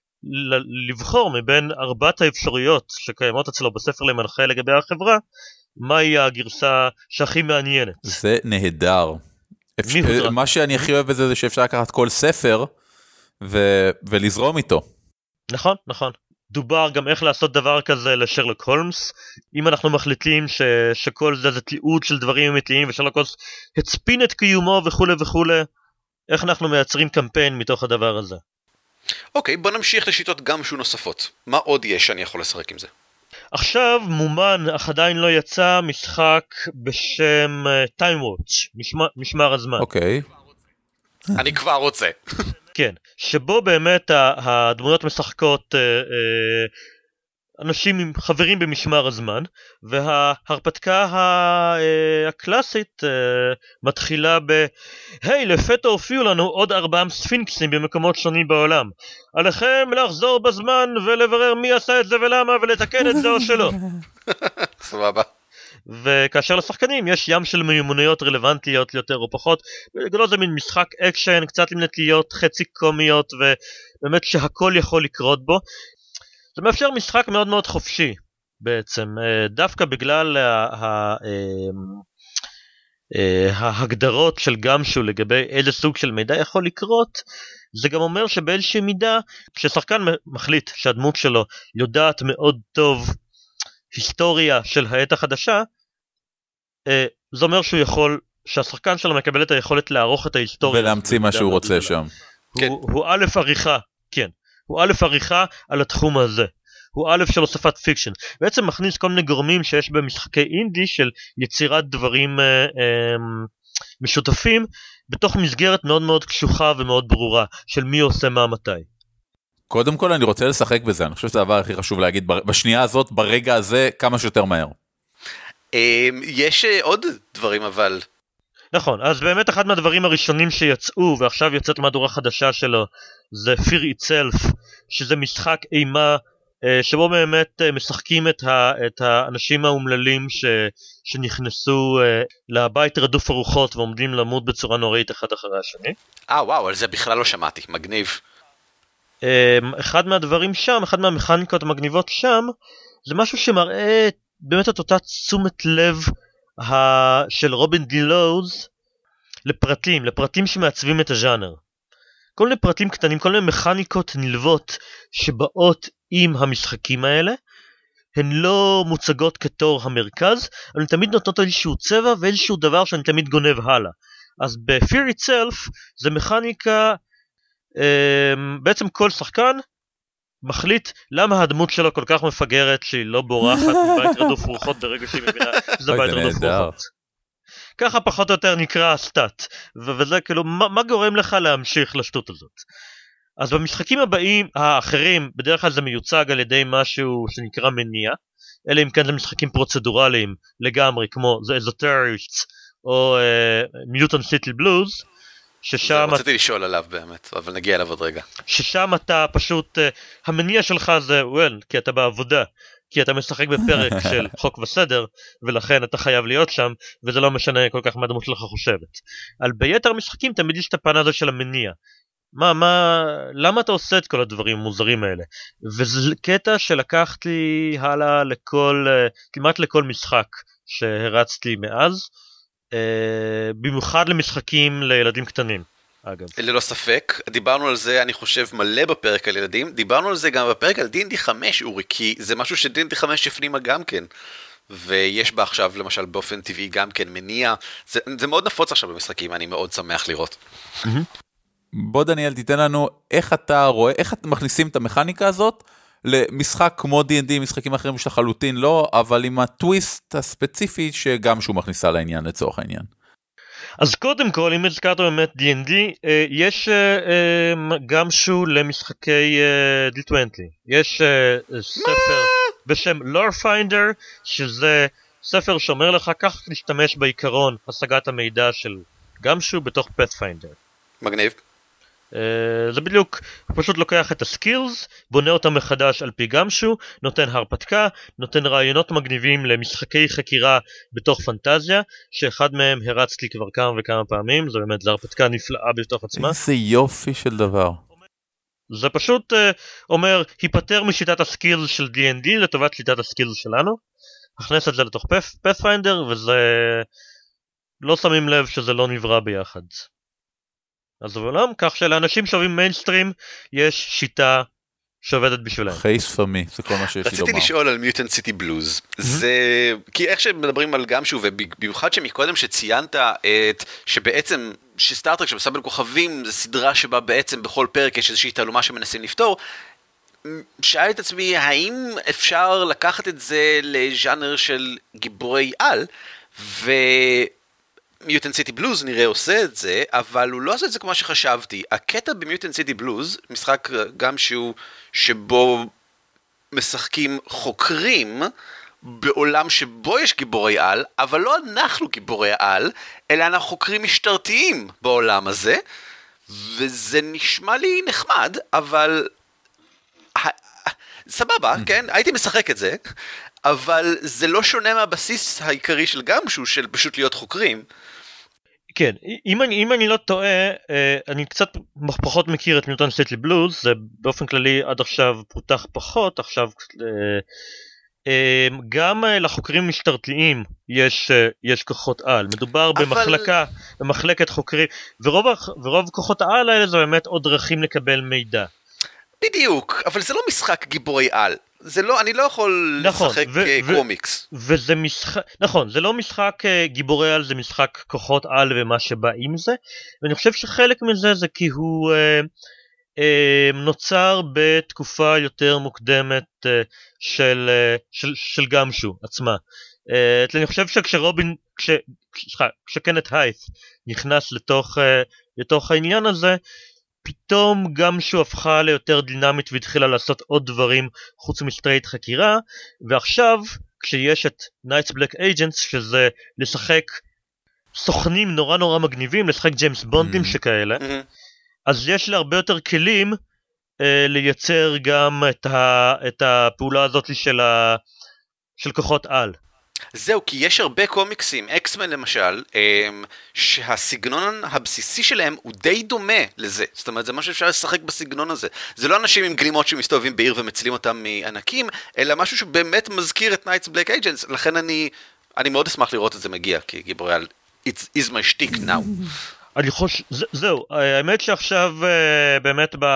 לבחור מבין ארבעת האפשרויות שקיימות אצלו בספר למנחה לגבי החברה, מהי הגרסה שהכי מעניינת. זה נהדר. מה שאני הכי אוהב בזה זה שאפשר לקחת כל ספר ו... ולזרום איתו. נכון, נכון. דובר גם איך לעשות דבר כזה לשרלוק הולמס, אם אנחנו מחליטים ש... שכל זה זה תיעוד של דברים אמיתיים, ושרלוק הולמס הצפין את קיומו וכו' וכו', איך אנחנו מייצרים קמפיין מתוך הדבר הזה. אוקיי, בוא נמשיך לשיטות גם שהוא נוספות. מה עוד יש שאני יכול לשחק עם זה? עכשיו מומן, אך עדיין לא יצא, משחק בשם uh, Time Watch, משמר, משמר הזמן. אוקיי. אני כבר רוצה. כן, שבו באמת הדמויות משחקות uh, uh, אנשים עם חברים במשמר הזמן, וההרפתקה הקלאסית מתחילה ב, היי, לפתע הופיעו לנו עוד ארבעה ספינקסים במקומות שונים בעולם. עליכם לחזור בזמן ולברר מי עשה את זה ולמה, ולתקן את זה או שלא. סבבה. וכאשר לשחקנים יש ים של מיומנויות רלוונטיות יותר או פחות, בגדול זה מין משחק אקשן, קצת עם נטיות חצי קומיות, ובאמת שהכל יכול לקרות בו. זה מאפשר משחק מאוד מאוד חופשי בעצם, דווקא בגלל ההגדרות של גמשו לגבי איזה סוג של מידע יכול לקרות. זה גם אומר שבאיזושהי מידה, כששחקן מחליט שהדמות שלו יודעת מאוד טוב היסטוריה של העת החדשה, זה אומר שהוא יכול, שהשחקן שלו מקבל את היכולת לערוך את ההיסטוריה ולהמציא מה שהוא רוצה שם. הוא א' עריכה, כן, הוא א' עריכה על התחום הזה, הוא א' של הוספת פיקשן, בעצם מכניס כל מיני גורמים שיש במשחקי אינדי של יצירת דברים אה, אה, משותפים בתוך מסגרת מאוד מאוד קשוחה ומאוד ברורה של מי עושה מה מתי. קודם כל אני רוצה לשחק בזה, אני חושב שזה הדבר הכי חשוב להגיד בשנייה הזאת, ברגע הזה, כמה שיותר מהר. יש עוד דברים אבל. נכון, אז באמת אחד מהדברים הראשונים שיצאו, ועכשיו יוצאת מהדורה חדשה שלו, זה Fear Itself, שזה משחק אימה, שבו באמת משחקים את, ה, את האנשים האומללים ש, שנכנסו לבית רדוף הרוחות ועומדים למות בצורה נוראית אחד אחרי השני. אה וואו, על זה בכלל לא שמעתי, מגניב. אחד מהדברים שם, אחד מהמכניקות המגניבות שם, זה משהו שמראה באמת את אותה תשומת לב של רובין די לוז לפרטים, לפרטים שמעצבים את הז'אנר. כל מיני פרטים קטנים, כל מיני מכניקות נלוות שבאות עם המשחקים האלה, הן לא מוצגות כתור המרכז, אבל הן תמיד נותנות איזשהו צבע ואיזשהו דבר שאני תמיד גונב הלאה. אז ב-Fear Itself זה מכניקה, בעצם כל שחקן מחליט למה הדמות שלו כל כך מפגרת שהיא לא בורחת מבית רדוף רוחות ברגע שהיא מבינה שזה בית רדוף רוחות. ככה פחות או יותר נקרא הסטאט, וזה כאילו מה, מה גורם לך להמשיך לשטות הזאת. אז במשחקים הבאים האחרים בדרך כלל זה מיוצג על ידי משהו שנקרא מניע, אלה אם כן זה משחקים פרוצדורליים לגמרי כמו The Esoterists או uh, Mutant City Blues, ששם רציתי לשאול עליו באמת, אבל נגיע אליו עוד רגע. ששם אתה פשוט, uh, המניע שלך זה well, כי אתה בעבודה, כי אתה משחק בפרק של חוק וסדר, ולכן אתה חייב להיות שם, וזה לא משנה כל כך מה הדמות שלך חושבת. על ביתר משחקים תמיד יש את הפן הזה של המניע. מה, מה, למה אתה עושה את כל הדברים המוזרים האלה? וזה קטע שלקחתי הלאה לכל, כמעט לכל משחק שהרצתי מאז, במיוחד למשחקים לילדים קטנים. אגב. ללא ספק, דיברנו על זה אני חושב מלא בפרק על ילדים, דיברנו על זה גם בפרק על די אנד די חמש אורי, כי זה משהו ש-די אנד די חמש הפנימה גם כן, ויש בה עכשיו למשל באופן טבעי גם כן מניע, זה, זה מאוד נפוץ עכשיו במשחקים, אני מאוד שמח לראות. בוא דניאל תיתן לנו איך אתה רואה, איך אתם מכניסים את המכניקה הזאת למשחק כמו די אנד די, משחקים אחרים שלחלוטין לא, אבל עם הטוויסט הספציפי שגם שהוא מכניסה לעניין לצורך העניין. אז קודם כל, אם הזכרת באמת די אנד די, יש גם שו למשחקי די עשרים. יש ספר בשם Lore Finder, שזה ספר שאומר לך כך להשתמש בעיקרון השגת המידע של גם שו בתוך Pathfinder. מגניב. זה בדיוק, פשוט לוקח את הסקילס, בונה אותם מחדש על פי גמשו, נותן הרפתקה, נותן רעיונות מגניבים למשחקי חקירה בתוך פנטזיה, שאחד מהם הרצתי כבר כמה וכמה פעמים, זה באמת, זה הרפתקה נפלאה בתוך עצמה. איזה יופי של דבר. זה פשוט uh, אומר, היפטר משיטת הסקילס של די אנד די לטובת שיטת הסקילס שלנו, הכנס את זה לתוך Pathfinder, וזה לא שמים לב שזה לא נברא ביחד. אז בעולם, כך שלאנשים שאוהבים מיינסטרים, יש שיטה שעובדת בשבילם. חייס פמי, זה כל מה שיש לי לומר. רציתי לשאול על Mutant City Blues, זה, כי איך שמדברים על גמשו, ובמיוחד שמקודם שציינת את, שבעצם, שסטארטרק שבסע בין כוכבים, זה סדרה שבה בעצם בכל פרק יש איזושהי תעלומה שמנסים לפתור, שאל את עצמי, האם אפשר לקחת את זה לז'אנר של גיבורי על, ו... מיוטנט סיטי בלוז נראה עושה את זה, אבל הוא לא עושה את זה כמו שחשבתי. הקטע במיוטנט סיטי בלוז, משחק גם שהוא, שבו משחקים חוקרים, בעולם שבו יש גיבורי על, אבל לא אנחנו גיבורי על, אלא אנחנו חוקרים משטרתיים בעולם הזה, וזה נשמע לי נחמד, אבל... סבבה, כן? הייתי משחק את זה, אבל זה לא שונה מהבסיס העיקרי של גמשו, של פשוט להיות חוקרים. כן, אם אני, אם אני לא טועה, אני קצת פחות מכיר את מיוטנט סיטי בלוז, זה באופן כללי עד עכשיו פותח פחות, עכשיו גם לחוקרים משטרתיים יש, יש כוחות על, מדובר אבל... במחלקה, במחלקת חוקרים, ורוב, ורוב כוחות העל האלה זה באמת עוד דרכים לקבל מידע. בדיוק, אבל זה לא משחק גיבורי על. זה לא, אני לא יכול נכון, לשחק ו- קומיקס. ו- וזה משחק, נכון, זה לא משחק גיבורי על, זה משחק כוחות על ומה שבא עם זה, ואני חושב שחלק מזה זה כי הוא אה, אה, נוצר בתקופה יותר מוקדמת אה, של, אה, של, של גמשו עצמה. אה, אני חושב שכשרובין, כש, סליחה, כשקנט היית' נכנס לתוך, אה, לתוך העניין הזה, פתאום גם שהוא הפכה ליותר דינמית והתחילה לעשות עוד דברים חוץ מסטרייט חקירה, ועכשיו כשיש את Knights Black Agents שזה לשחק סוכנים נורא נורא מגניבים, לשחק ג'יימס בונדים שכאלה, אז יש לי הרבה יותר כלים אה, לייצר גם את, ה, את הפעולה הזאת של, ה, של כוחות על. זהו, כי יש הרבה קומיקסים, אקסמן למשל, שהסגנון הבסיסי שלהם הוא די דומה לזה. זאת אומרת, זה משהו שאפשר לשחק בסגנון הזה. זה לא אנשים עם גלימות שמסתובבים בעיר ומצילים אותם מענקים, אלא משהו שבאמת מזכיר את Knights Black Agents. לכן אני, אני מאוד אשמח לראות את זה מגיע, כי גיבוריאל, it is my shtick now. אני חושב, זהו, האמת שעכשיו באמת ב...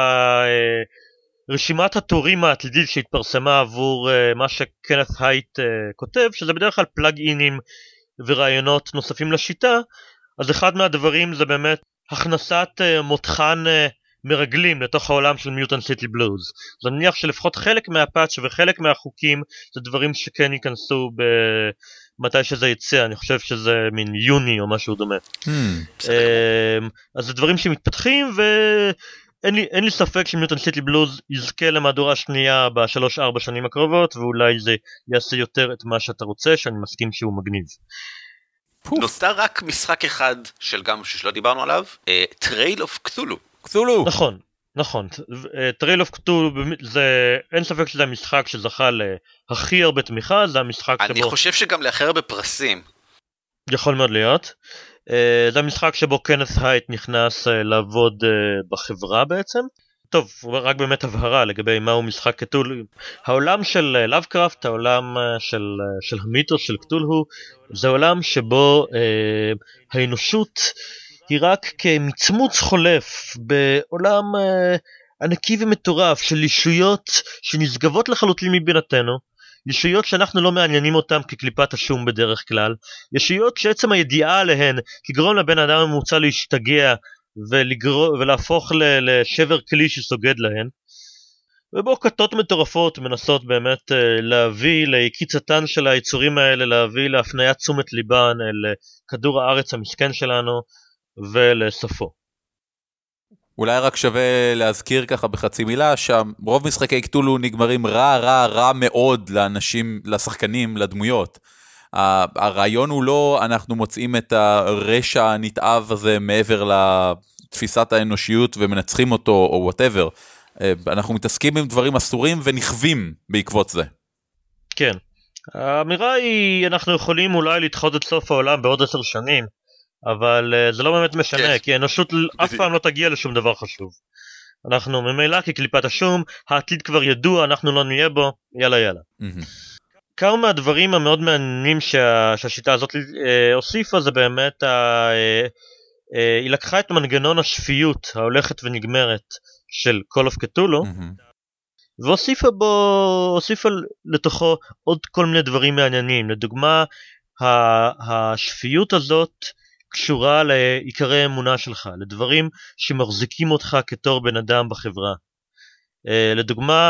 רשימת התורים העתידית שהתפרסמה עבור uh, מה שקנת הייט uh, כותב, שזה בדרך כלל פלאג אינים ורעיונות נוספים לשיטה, אז אחד מהדברים זה באמת הכנסת uh, מותחן uh, מרגלים לתוך העולם של מיוטנט סיטי בלוז. אז אני מניח שלפחות חלק מהפאץ' וחלק מהחוקים זה דברים שכן ייכנסו במתי שזה יצא, אני חושב שזה מין יוני או משהו דומה. Hmm, uh, אז זה דברים שמתפתחים ו... אין לי, אין לי ספק שמיוטנט סיטי בלוז יזכה למהדורה שנייה בשלוש ארבע שנים הקרובות, ואולי זה יעשה יותר את מה שאתה רוצה, שאני מסכים שהוא מגניב. נותר רק משחק אחד של גם שלא דיברנו עליו, Trail of Cthulhu. Cthulhu. נכון, נכון. Trail of Cthulhu, זה, אין ספק שזה המשחק שזכה להכי הרבה תמיכה, זה המשחק אני שבו... חושב שגם לאחר הרבה פרסים. יכול מאוד להיות. Uh, זה המשחק שבו קנת הייט נכנס uh, לעבוד uh, בחברה בעצם. טוב, רק באמת הבהרה לגבי מהו משחק קתולו. העולם של לאבקראפט, uh, העולם uh, של, uh, של המיתוס של קתולו, זה עולם שבו uh, האנושות היא רק כמצמוץ חולף בעולם uh, ענקי ומטורף של ישויות שנשגבות לחלוטין מבינתנו, ישויות שאנחנו לא מעניינים אותם כקליפת השום בדרך כלל, ישויות שעצם הידיעה עליהן כגרום לבן אדם הממוצע להשתגע ולגרו, ולהפוך לשבר כלי שסוגד להן, ובו כתות מטורפות מנסות באמת להביא לקיצתן של היצורים האלה, להביא להפניית תשומת ליבן אל כדור הארץ המסכן שלנו ולסופו. אולי רק שווה להזכיר ככה בחצי מילה, שרוב משחקי קטולו נגמרים רע, רע, רע מאוד לאנשים, לשחקנים, לדמויות. הרעיון הוא לא, אנחנו מוצאים את הרשע הנתעב הזה מעבר לתפיסת האנושיות ומנצחים אותו או whatever. אנחנו מתעסקים עם דברים אסורים ונכווים בעקבות זה. כן. האמירה היא, אנחנו יכולים אולי לדחות את סוף העולם בעוד עשר שנים, אבל uh, זה לא באמת משנה, כי האנושות אף פעם לא תגיע לשום דבר חשוב. אנחנו ממילא כקליפת השום, העתיד כבר ידוע, אנחנו לא נהיה בו, יאללה יאללה. כמה מהדברים המאוד מעניינים שה, שהשיטה הזאת uh, הוסיפה, זה באמת, uh, uh, uh, היא לקחה את מנגנון השפיות ההולכת ונגמרת של Call of Cthulhu, והוסיפה בו, הוסיפה לתוכו עוד כל מיני דברים מעניינים. לדוגמה, השפיות הזאת קשורה לעיקרי אמונה שלך, לדברים שמחזיקים אותך כתור בן אדם בחברה. לדוגמה,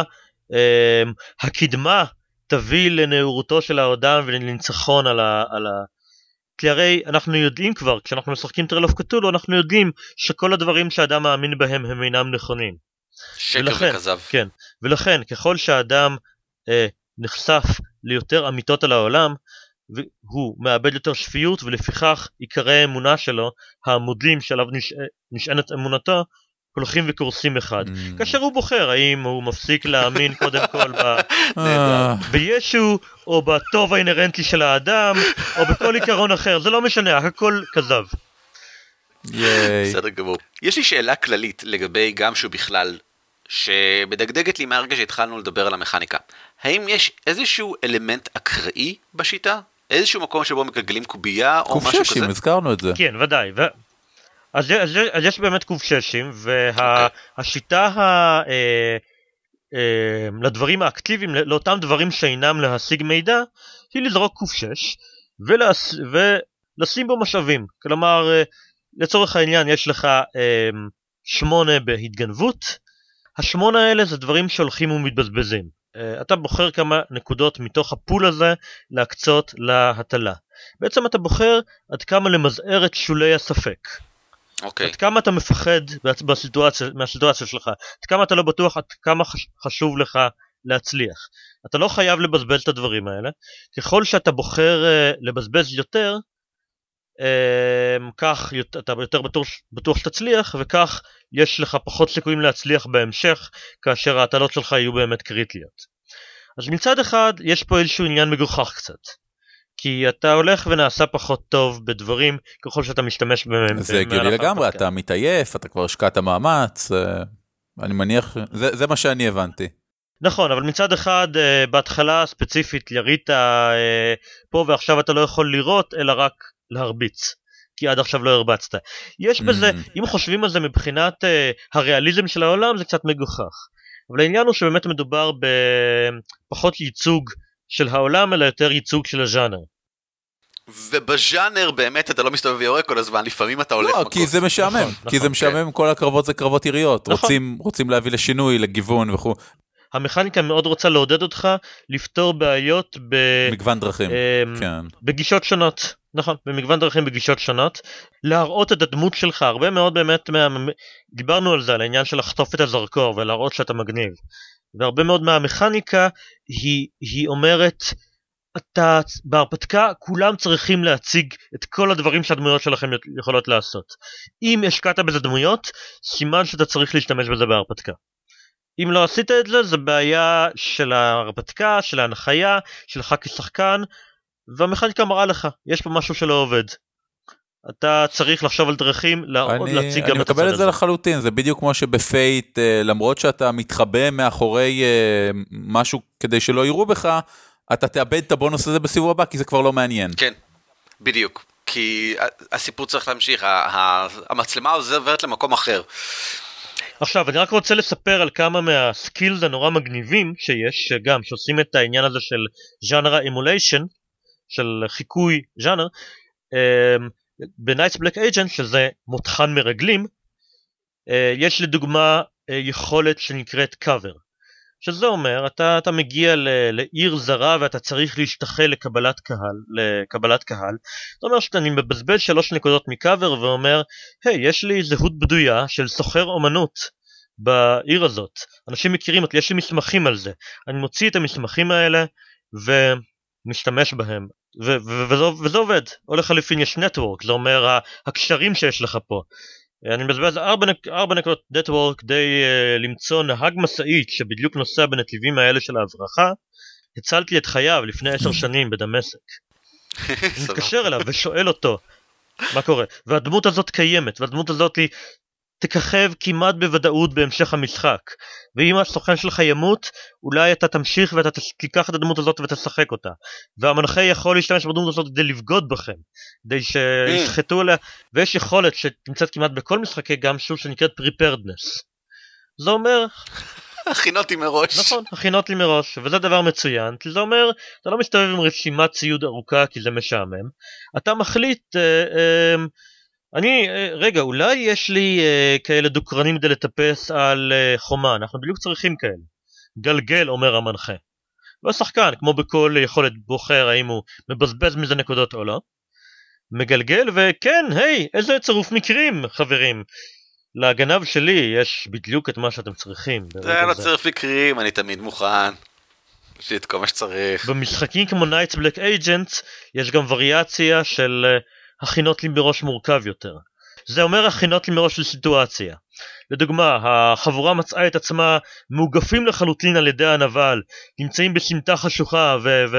הקדמה תביא לנאורותו של האדם ולניצחון על ה... על ה... כי הרי אנחנו יודעים כבר, כשאנחנו משחקים Trail of Cthulhu, אנחנו יודעים שכל הדברים שהאדם מאמין בהם הם אינם נכונים. שקר ולכן, וכזב. כן, ולכן ככל שהאדם אה, נחשף ליותר אמיתות על העולם, הוא מאבד יותר שפיות, ולפיכך עיקרי האמונה שלו, העמודים שעליו נש... נשענת אמונתו, הולכים וקורסים אחד. Mm. כאשר הוא בוחר האם הוא מפסיק להאמין קודם כל ב... בישו, או בטוב האינרנטי של האדם, או בכל עיקרון אחר, זה לא משנה, הכל כזב. בסדר גמור. יש לי שאלה כללית לגבי גם שהוא בכלל, שבדגדגת לי מהרגע שהתחלנו לדבר על המכניקה. האם יש איזשהו אלמנט אקראי בשיטה? איזשהו מקום שבו מגלגלים קובייה או משהו כזה? קוף ששים, הזכרנו את זה. כן, ודאי. ו... אז, אז, אז יש באמת קוף ששים, והשיטה וה... ה... אה, אה, לדברים האקטיביים, לאותם דברים שאינם להשיג מידע, היא לזרוק קוף שש, ולס... ולשים בו משאבים. כלומר, אה, לצורך העניין יש לך אה, שמונה בהתגנבות, השמונה האלה זה דברים שהולכים ומתבזבזים. Uh, אתה בוחר כמה נקודות מתוך הפול הזה להקצות להטלה. בעצם אתה בוחר עד כמה למזער את שולי הספק. אוקיי. עד כמה אתה מפחד בסיטואציה, מהסיטואציה שלך. עד כמה אתה לא בטוח, עד כמה חש, חשוב לך להצליח. אתה לא חייב לבזבז את הדברים האלה. ככל שאתה בוחר uh, לבזבז יותר, כך אתה יותר בטוח, בטוח שתצליח, וכך יש לך פחות סיכויים להצליח בהמשך, כאשר ההטלות שלך יהיו באמת קריטיות. אז מצד אחד, יש פה איזשהו עניין מגוחך קצת. כי אתה הולך ונעשה פחות טוב בדברים, ככל שאתה משתמש בהם. זה הגיוני לגמרי, אתה מתעייף, אתה כבר השקעת מאמץ, אני מניח, זה, זה מה שאני הבנתי. נכון, אבל מצד אחד, בהתחלה ספציפית, ירית פה ועכשיו אתה לא יכול לראות, אלא רק להרביץ. כי עד עכשיו לא הרבצת. יש בזה, אם חושבים על זה מבחינת הריאליזם של העולם, זה קצת מגוחך. אבל העניין הוא שבאמת מדובר בפחות ייצוג של העולם, אלא יותר ייצוג של הז'אנר. ובז'אנר באמת אתה לא מסתובב ויורק כל הזמן, לפעמים אתה הולך מכות. לא, כי זה משעמם, כי זה משעמם, כל הקרבות זה קרבות יריות, רוצים להביא לשינוי, לגיוון וכו'. המכניקה מאוד רוצה לעודד אותך לפתור בעיות במגוון דרכים, כן. בגישות שונות, נכון, במגוון דרכים בגישות שונות, להראות את הדמות שלך, הרבה מאוד באמת, דיברנו על זה, על העניין של לחטוף את הזרקור ולהראות שאתה מגניב, והרבה מאוד מהמכניקה היא, היא אומרת, אתה בהרפתקה כולם צריכים להציג את כל הדברים שהדמויות שלכם יכולות לעשות. אם השקעת בזה דמויות, סימן שאתה צריך להשתמש בזה בהרפתקה. אם לא עשית את זה, זה בעיה של ההרפתקה, של ההנחיה, שלך כשחקן, והמכניקה מראה לך, יש פה משהו שלא עובד. אתה צריך לחשוב על דרכים, אני, להציג אני גם את הצד הזה. אני מקבל את זה לחלוטין, זה בדיוק כמו שבפייט, למרות שאתה מתחבא מאחורי משהו כדי שלא יראו בך, אתה תאבד את הבונוס הזה בסיבוב הבא, כי זה כבר לא מעניין. כן, בדיוק. כי הסיפור צריך להמשיך, המצלמה עוברת למקום אחר. עכשיו, אני רק רוצה לספר על כמה מהסקילס הנורא מגניבים שיש, גם שעושים את העניין הזה של ז'אנר האמוליישן, של חיקוי ז'אנר, ב-Knights Black Agent, שזה מותחן מרגלים, יש לדוגמה יכולת שנקראת cover. שזה אומר, אתה, אתה מגיע ל, לעיר זרה ואתה צריך להשתחל לקבלת קהל, לקבלת קהל. זאת אומרת שאתה מבזבז שלוש נקודות מקאבר ואומר, היי, יש לי זהות בדויה של סוחר אומנות בעיר הזאת. אנשים מכירים אותי, יש לי מסמכים על זה. אני מוציא את המסמכים האלה ומשתמש בהם. ו- ו- וזה, וזה עובד. או לחליפין יש נטוורק, זה אומר הקשרים שיש לך פה. אני מבזבז ארבע, נק... ארבע נקודות נטוורק כדי uh, למצוא נהג מסעית שבדיוק נוסע בנתיבים האלה של ההברחה. הצלתי את חייו לפני עשר שנים בדמשק. אני מתקשר אליו ושואל אותו מה קורה. והדמות הזאת קיימת, והדמות הזאת היא תככב כמעט בוודאות בהמשך המשחק. ואם הסוכן שלך ימות, אולי אתה תמשיך ואתה תיקח את הדמות הזאת ותשחק אותה. והמנחה יכול להשתמש בדמות הזאת כדי לבגוד בכם, כדי שישחטו עליה, ויש יכולת שנמצאת כמעט בכל משחקי גם שוב שנקראת preparedness. זה אומר... הכינותי מראש. נכון, הכינותי מראש, וזה דבר מצוין, כי זה אומר, אתה לא מסתובב עם רשימת ציוד ארוכה כי זה משעמם, אתה מחליט... אה, אה, אני, רגע, אולי יש לי אה, כאלה דוקרנים כדי לטפס על אה, חומה, אנחנו בדיוק צריכים כאלה. גלגל, אומר המנחה. והשחקן, כמו בכל יכולת בוחר, האם הוא מבזבז מזה נקודות או לא. מגלגל, וכן, היי, איזה צירוף מקרים, חברים. לגנב שלי יש בדיוק את מה שאתם צריכים. זה לא צירוף מקרים, אני תמיד מוכן. יש לי את כל מה שצריך. במשחקים כמו Knights Black Agent, יש גם וריאציה של... הכינות לי מראש מורכב יותר. זה אומר הכינות לי מראש לסיטואציה. לדוגמה, החבורה מצאה את עצמה מאוגפים לחלוטין על ידי הנבל, נמצאים בסמטה חשוכה,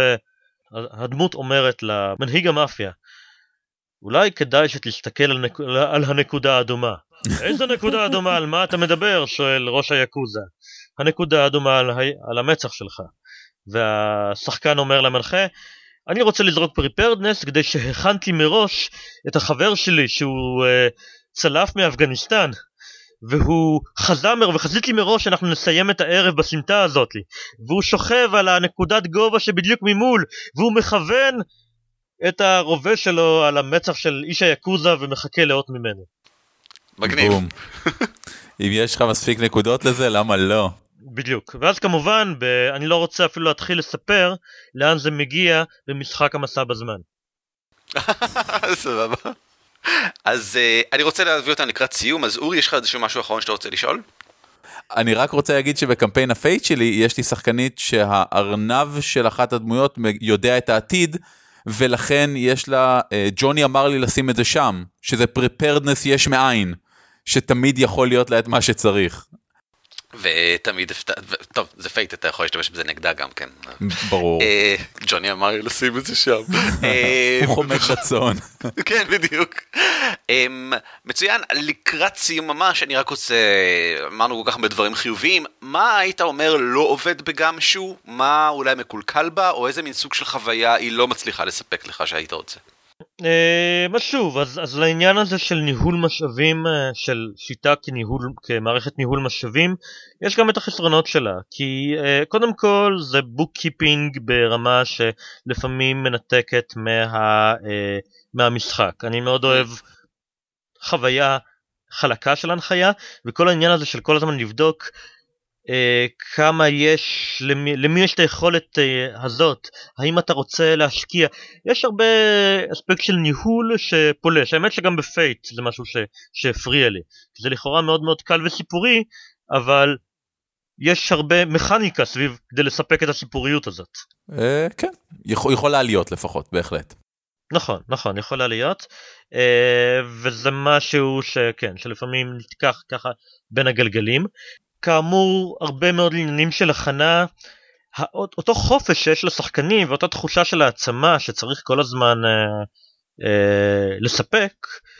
והדמות אומרת למנהיג המאפיה, אולי כדאי שתסתכל על, נק... על הנקודה האדומה. איזה נקודה אדומה? על מה אתה מדבר? שואל ראש היקוזה. הנקודה האדומה על, ה... על המצח שלך. והשחקן אומר למנחה, אני רוצה לזרוק preparedness כדי שהכנתי מראש את החבר שלי שהוא uh, צלף מאפגניסטן והוא חזמר וחזית לי מראש שאנחנו נסיים את הערב בסמטה הזאת והוא שוכב על הנקודת גובה שבדיוק ממול והוא מכוון את הרובה שלו על המצח של איש היקוזה ומחכה לאות ממנו. מגניב. אם יש לך מספיק נקודות לזה, למה לא? בדיוק, ואז כמובן, ב... אני לא רוצה אפילו להתחיל לספר לאן זה מגיע במשחק המסע בזמן. סבבה. אז uh, אני רוצה להביא אותם לקראת סיום, אז אורי, יש לך איזשהו משהו אחרון שאתה רוצה לשאול? אני רק רוצה להגיד שבקמפיין הפייט שלי, יש לי שחקנית שהארנב של אחת הדמויות יודע את העתיד, ולכן יש לה, ג'וני אמר לי לשים את זה שם, שזה preparedness יש מאין, שתמיד יכול להיות לה את מה שצריך. ותמיד, טוב, זה פייט, אתה יכול להשתמש בזה נגדה גם, כן. ברור. ג'וני אמר לי לשים את זה שם. הוא חומד רצון. כן, בדיוק. מצוין, לקראת סיום ממש, אני רק רוצה, אמרנו כל כך הרבה דברים חיוביים, מה היית אומר לא עובד בגמשו, מה אולי מקולקל בה, או איזה מין סוג של חוויה היא לא מצליחה לספק לך שהיית רוצה? מה שוב, אז, אז לעניין הזה של ניהול משאבים, של שיטה כניהול, כמערכת ניהול משאבים, יש גם את החסרונות שלה, כי קודם כל זה בוק-קיפינג ברמה שלפעמים מנתקת מה, מהמשחק. אני מאוד אוהב חוויה חלקה של הנחיה, וכל העניין הזה של כל הזמן לבדוק כמה יש, למי, למי יש את היכולת הזאת, האם אתה רוצה להשקיע, יש הרבה אספקט של ניהול שפולש, האמת שגם בפייט זה משהו ש, שהפריע לי, זה לכאורה מאוד מאוד קל וסיפורי, אבל יש הרבה מכניקה סביב כדי לספק את הסיפוריות הזאת. כן, יכולה להיות לפחות, בהחלט. נכון, נכון, יכולה להיות, וזה משהו שכן, שלפעמים נתקח ככה בין הגלגלים, כאמור, הרבה מאוד עניינים של הכנה, אותו חופש שיש לשחקנים ואותה תחושה של העצמה שצריך כל הזמן אה, אה, לספק,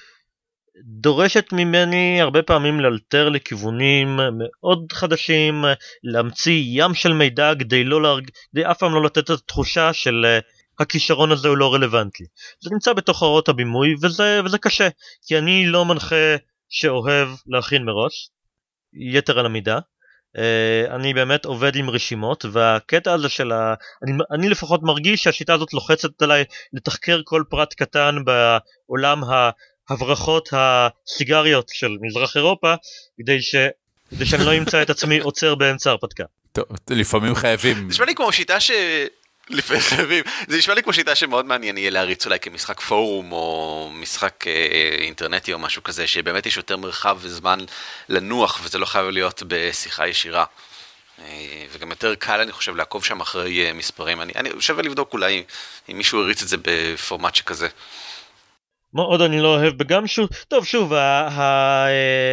דורשת ממני הרבה פעמים לאלתר לכיוונים מאוד חדשים, להמציא ים של מידע כדי, לא להרג... כדי אף פעם לא לתת את התחושה של אה, הכישרון הזה הוא לא רלוונטי. זה נמצא בתוך הוראות הבימוי וזה, וזה קשה, כי אני לא מנחה שאוהב להכין מראש, יתר על המידה, uh, אני באמת עובד עם רשימות, והקטע הזה של ה... אני, אני לפחות מרגיש שהשיטה הזאת לוחצת עליי לתחקר כל פרט קטן בעולם ההברחות הסיגריות של מזרח אירופה, כדי, ש... כדי שאני לא אמצא את עצמי עוצר באמצע הרפתקה. טוב, לפעמים חייבים. נשמע לי כמו שיטה ש... לפעמים חייבים. זה נשמע לי כמו שיטה שמאוד מעניין יהיה להריץ אולי כמשחק פורום או משחק אה, אינטרנטי או משהו כזה, שבאמת יש יותר מרחב וזמן לנוח וזה לא חייב להיות בשיחה ישירה. אה, וגם יותר קל אני חושב לעקוב שם אחרי אה, מספרים. אני, אני חושב לבדוק אולי אם מישהו הריץ את זה בפורמט שכזה. מה עוד אני לא אוהב בגם שוב, טוב שוב, ה... ה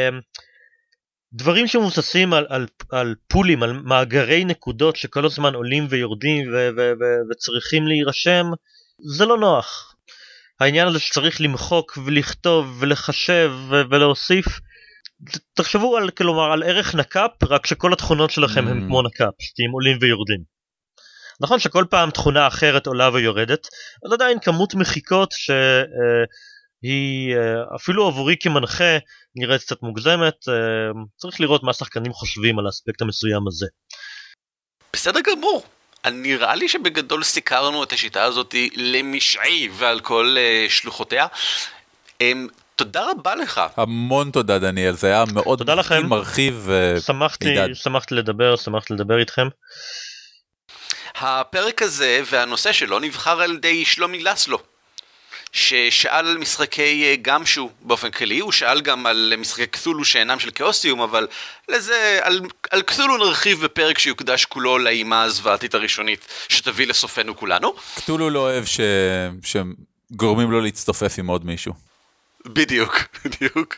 דברים שמבוססים על, על, על פולים, על מאגרי נקודות שכל הזמן עולים ויורדים ו, ו, ו, וצריכים להירשם, זה לא נוח. העניין הזה שצריך למחוק ולכתוב ולחשב ו, ולהוסיף, תחשבו על, כלומר, על ערך נקאפ, רק שכל התכונות שלכם mm. הם כמו נקאפ, שהם עולים ויורדים. נכון שכל פעם תכונה אחרת עולה ויורדת, אבל עדיין כמות מחיקות ש... היא אפילו עבורי כמנחה נראית קצת מוגזמת, צריך לראות מה השחקנים חושבים על האספקט המסוים הזה. בסדר גמור, נראה לי שבגדול סיקרנו את השיטה הזאת למשעי ועל כל שלוחותיה. תודה רבה לך. המון תודה דניאל, זה היה מאוד מרחיב ומידד. שמחתי לדבר, שמחתי לדבר איתכם. הפרק הזה והנושא שלו נבחר על ידי שלומי לסלו, ששאל על משחקי גמשו באופן כללי, הוא שאל גם על משחקי קתולו שאינם של כאוסיום, אבל לזה, על, על קתולו נרחיב בפרק שיוקדש כולו לאימה הזוועתית הראשונית שתביא לסופנו כולנו. קתולו לא אוהב ש... שגורמים לו להצטופף עם עוד מישהו. בדיוק, בדיוק.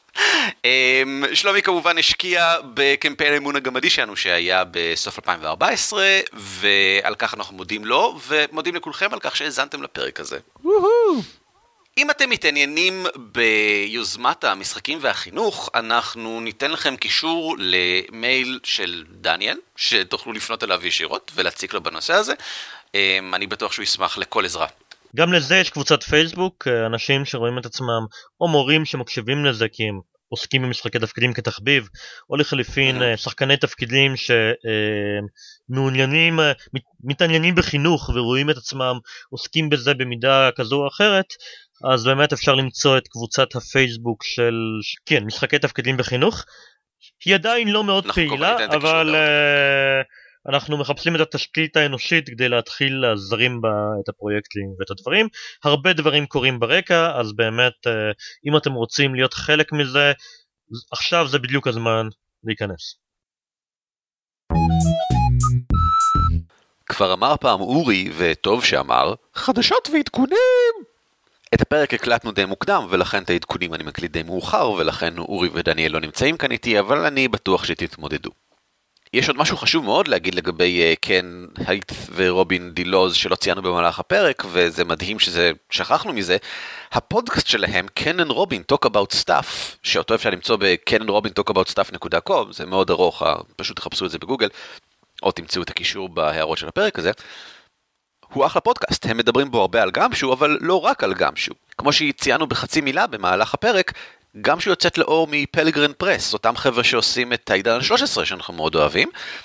שלומי כמובן השקיע בקמפיין האימון הגמדי שלנו שהיה בסוף אלפיים וארבע עשרה, ועל כך אנחנו מודים לו ומודים לכולכם על כך שהזנתם לפרק הזה. אם אתם מתעניינים ביוזמת המשחקים והחינוך, אנחנו ניתן לכם קישור למייל של דניאל שתוכלו לפנות אליו ישירות ולהציק לו בנושא הזה. אני בטוח שהוא ישמח לכל עזרה. גם לזה יש קבוצת פייסבוק, אנשים שרואים את עצמם, או מורים שמקשיבים לזה כי הם עוסקים במשחקי תפקידים כתחביב, או לחליפין שחקני תפקידים שמעוניינים, מתעניינים בחינוך ורואים את עצמם, עוסקים בזה במידה כזו או אחרת, אז באמת אפשר למצוא את קבוצת הפייסבוק של, כן, משחקי תפקידים בחינוך. היא עדיין לא מאוד פעילה, אבל אנחנו מחפשים את התשתית האנושית כדי להתחיל להזרים בה את הפרויקטים ואת הדברים. הרבה דברים קורים ברקע, אז באמת אם אתם רוצים להיות חלק מזה, עכשיו זה בדיוק הזמן להיכנס. כבר אמר פעם אורי, וטוב שאמר, חדשות ועדכונים! את הפרק הקלטנו די מוקדם, ולכן את העדכונים אני מקליט די מאוחר, ולכן אורי ודניאל לא נמצאים כאן איתי, אבל אני בטוח שתתמודדו. יש עוד משהו חשוב מאוד להגיד לגבי קן הייט ורובין דילוז שלא ציינו במהלך הפרק, וזה מדהים שזה, שכחנו מזה. הפודקאסט שלהם, קן אנד רובין Talk About Stuff, שאותו אפשר למצוא ב-ken and robin talk about stuff dot com, זה מאוד ארוך, פשוט תחפשו את זה בגוגל, או תמצאו את הקישור בהערות של הפרק הזה. הוא אחלה פודקאסט, הם מדברים בו הרבה על גמשו, אבל לא רק על גמשו. כמו שציינו בחצי מילה במהלך הפרק, גמשו יוצאת לאור מפלגרין פרס, אותם חבר'ה שעושים את העידן ה-שלוש עשרה שאנחנו מאוד אוהבים.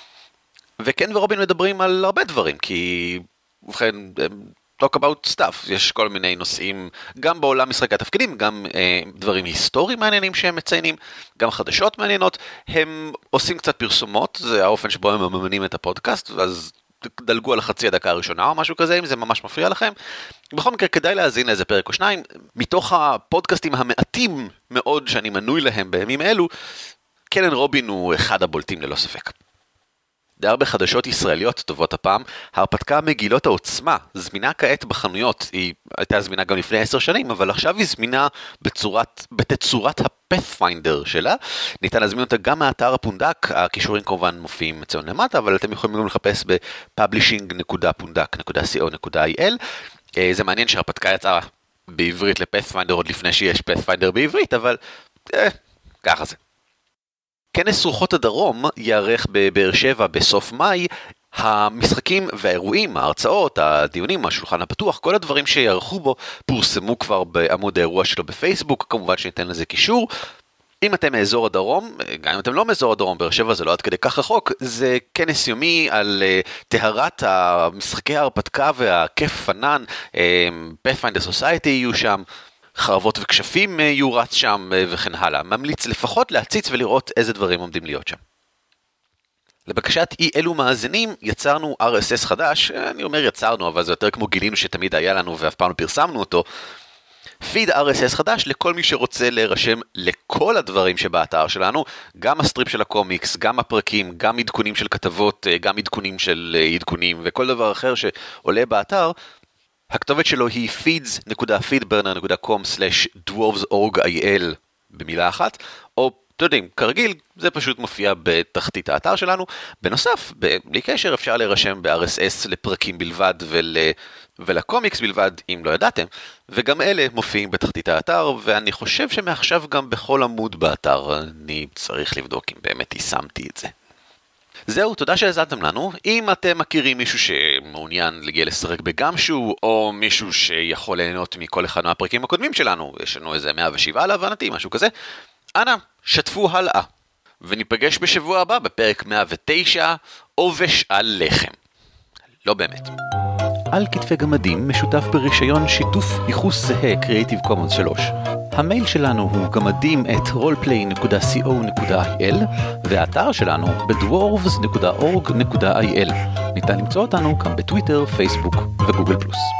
וקן ורובין מדברים על הרבה דברים, כי ובכן, talk about stuff, יש כל מיני נושאים, גם בעולם משחקי התפקידים, גם אה, דברים היסטוריים מעניינים שהם מציינים, גם חדשות מעניינות, הם עושים קצת פרסומות, זה האופן שבו הם מממנים את הפודקאסט, אז דלגו על החצי הדקה הראשונה או משהו כזה, אם זה ממש מפריע לכם. בכל מקרה, כדאי להאזין לאיזה פרק או שניים. מתוך הפודקאסטים המעטים מאוד שאני מנוי להם בימים אלו, קן אנד רובין הוא אחד הבולטים ללא ספק. די הרבה חדשות ישראליות טובות הפעם, ההרפתקה מגילות העוצמה, זמינה כעת בחנויות, היא הייתה זמינה גם לפני עשר שנים, אבל עכשיו היא זמינה בצורת, בתצורת הפאת'פיינדר שלה, ניתן להזמין אותה גם מאתר הפונדק, הקישורים כמובן מופיעים אצלנו למטה, אבל אתם יכולים גם לחפש ב-publishing dot pundak dot co dot il, זה מעניין שההרפתקה יצאה בעברית לפאת'פיינדר עוד לפני שיש פאת'פיינדר בעברית, אבל אה, ככה זה. כנס רוחות הדרום יערך בבאר שבע בסוף מאי, המשחקים והאירועים, ההרצאות, הדיונים, השולחן הפתוח, כל הדברים שיערכו בו פורסמו כבר בעמוד האירוע שלו בפייסבוק, כמובן שניתן לזה קישור. אם אתם מאזור הדרום, גם אם אתם לא מאזור הדרום, באר שבע זה לא עד כדי כך רחוק, זה כנס יומי על טהרת המשחקי ההרפתקה והכיף פנן, Pathfinder Society יהיו שם, חרבות וכשפים יורץ שם וכן הלאה. ממליץ לפחות להציץ ולראות איזה דברים עומדים להיות שם. לבקשת אי אלו מאזינים יצרנו אר אס אס חדש, אני אומר יצרנו אבל זה יותר כמו גילינו שתמיד היה לנו ואף פעם לא פרסמנו אותו, פיד אר אס אס חדש לכל מי שרוצה להירשם לכל הדברים שבאתר שלנו, גם הסטריפ של הקומיקס, גם הפרקים, גם עדכונים של כתבות, גם עדכונים של עדכונים וכל דבר אחר שעולה באתר. הכתובת שלו היא feeds dot feedburner dot com slash dwarves dot org dot il במילה אחת, או אתם יודעים, כרגיל, זה פשוט מופיע בתחתית האתר שלנו. בנוסף, בלי קשר אפשר להירשם ב-אר אס אס לפרקים בלבד ול... ולקומיקס בלבד, אם לא ידעתם, וגם אלה מופיעים בתחתית האתר, ואני חושב שמעכשיו גם בכל עמוד באתר, אני צריך לבדוק אם באמת יישמתי את זה. זהו, תודה שהזנתם לנו. אם אתם מכירים מישהו שמעוניין להגיע לשחק בגמשו, או מישהו שיכול ליהנות מכל אחד מהפרקים הקודמים שלנו, יש לנו איזה מאה ושבע להבנתי, משהו כזה, אנא, שתפו הלאה. וניפגש בשבוע הבא בפרק מאה ותשע, או בשאל לחם. לא באמת. על כתפי גמדים משותף ברישיון שיתוף ייחוס זהה Creative Commons שלוש. המייל שלנו הוא גמדים את roleplay dot co dot il והאתר שלנו ב-dwarves dot org dot il. ניתן למצוא אותנו גם בטוויטר, פייסבוק וגוגל פלוס.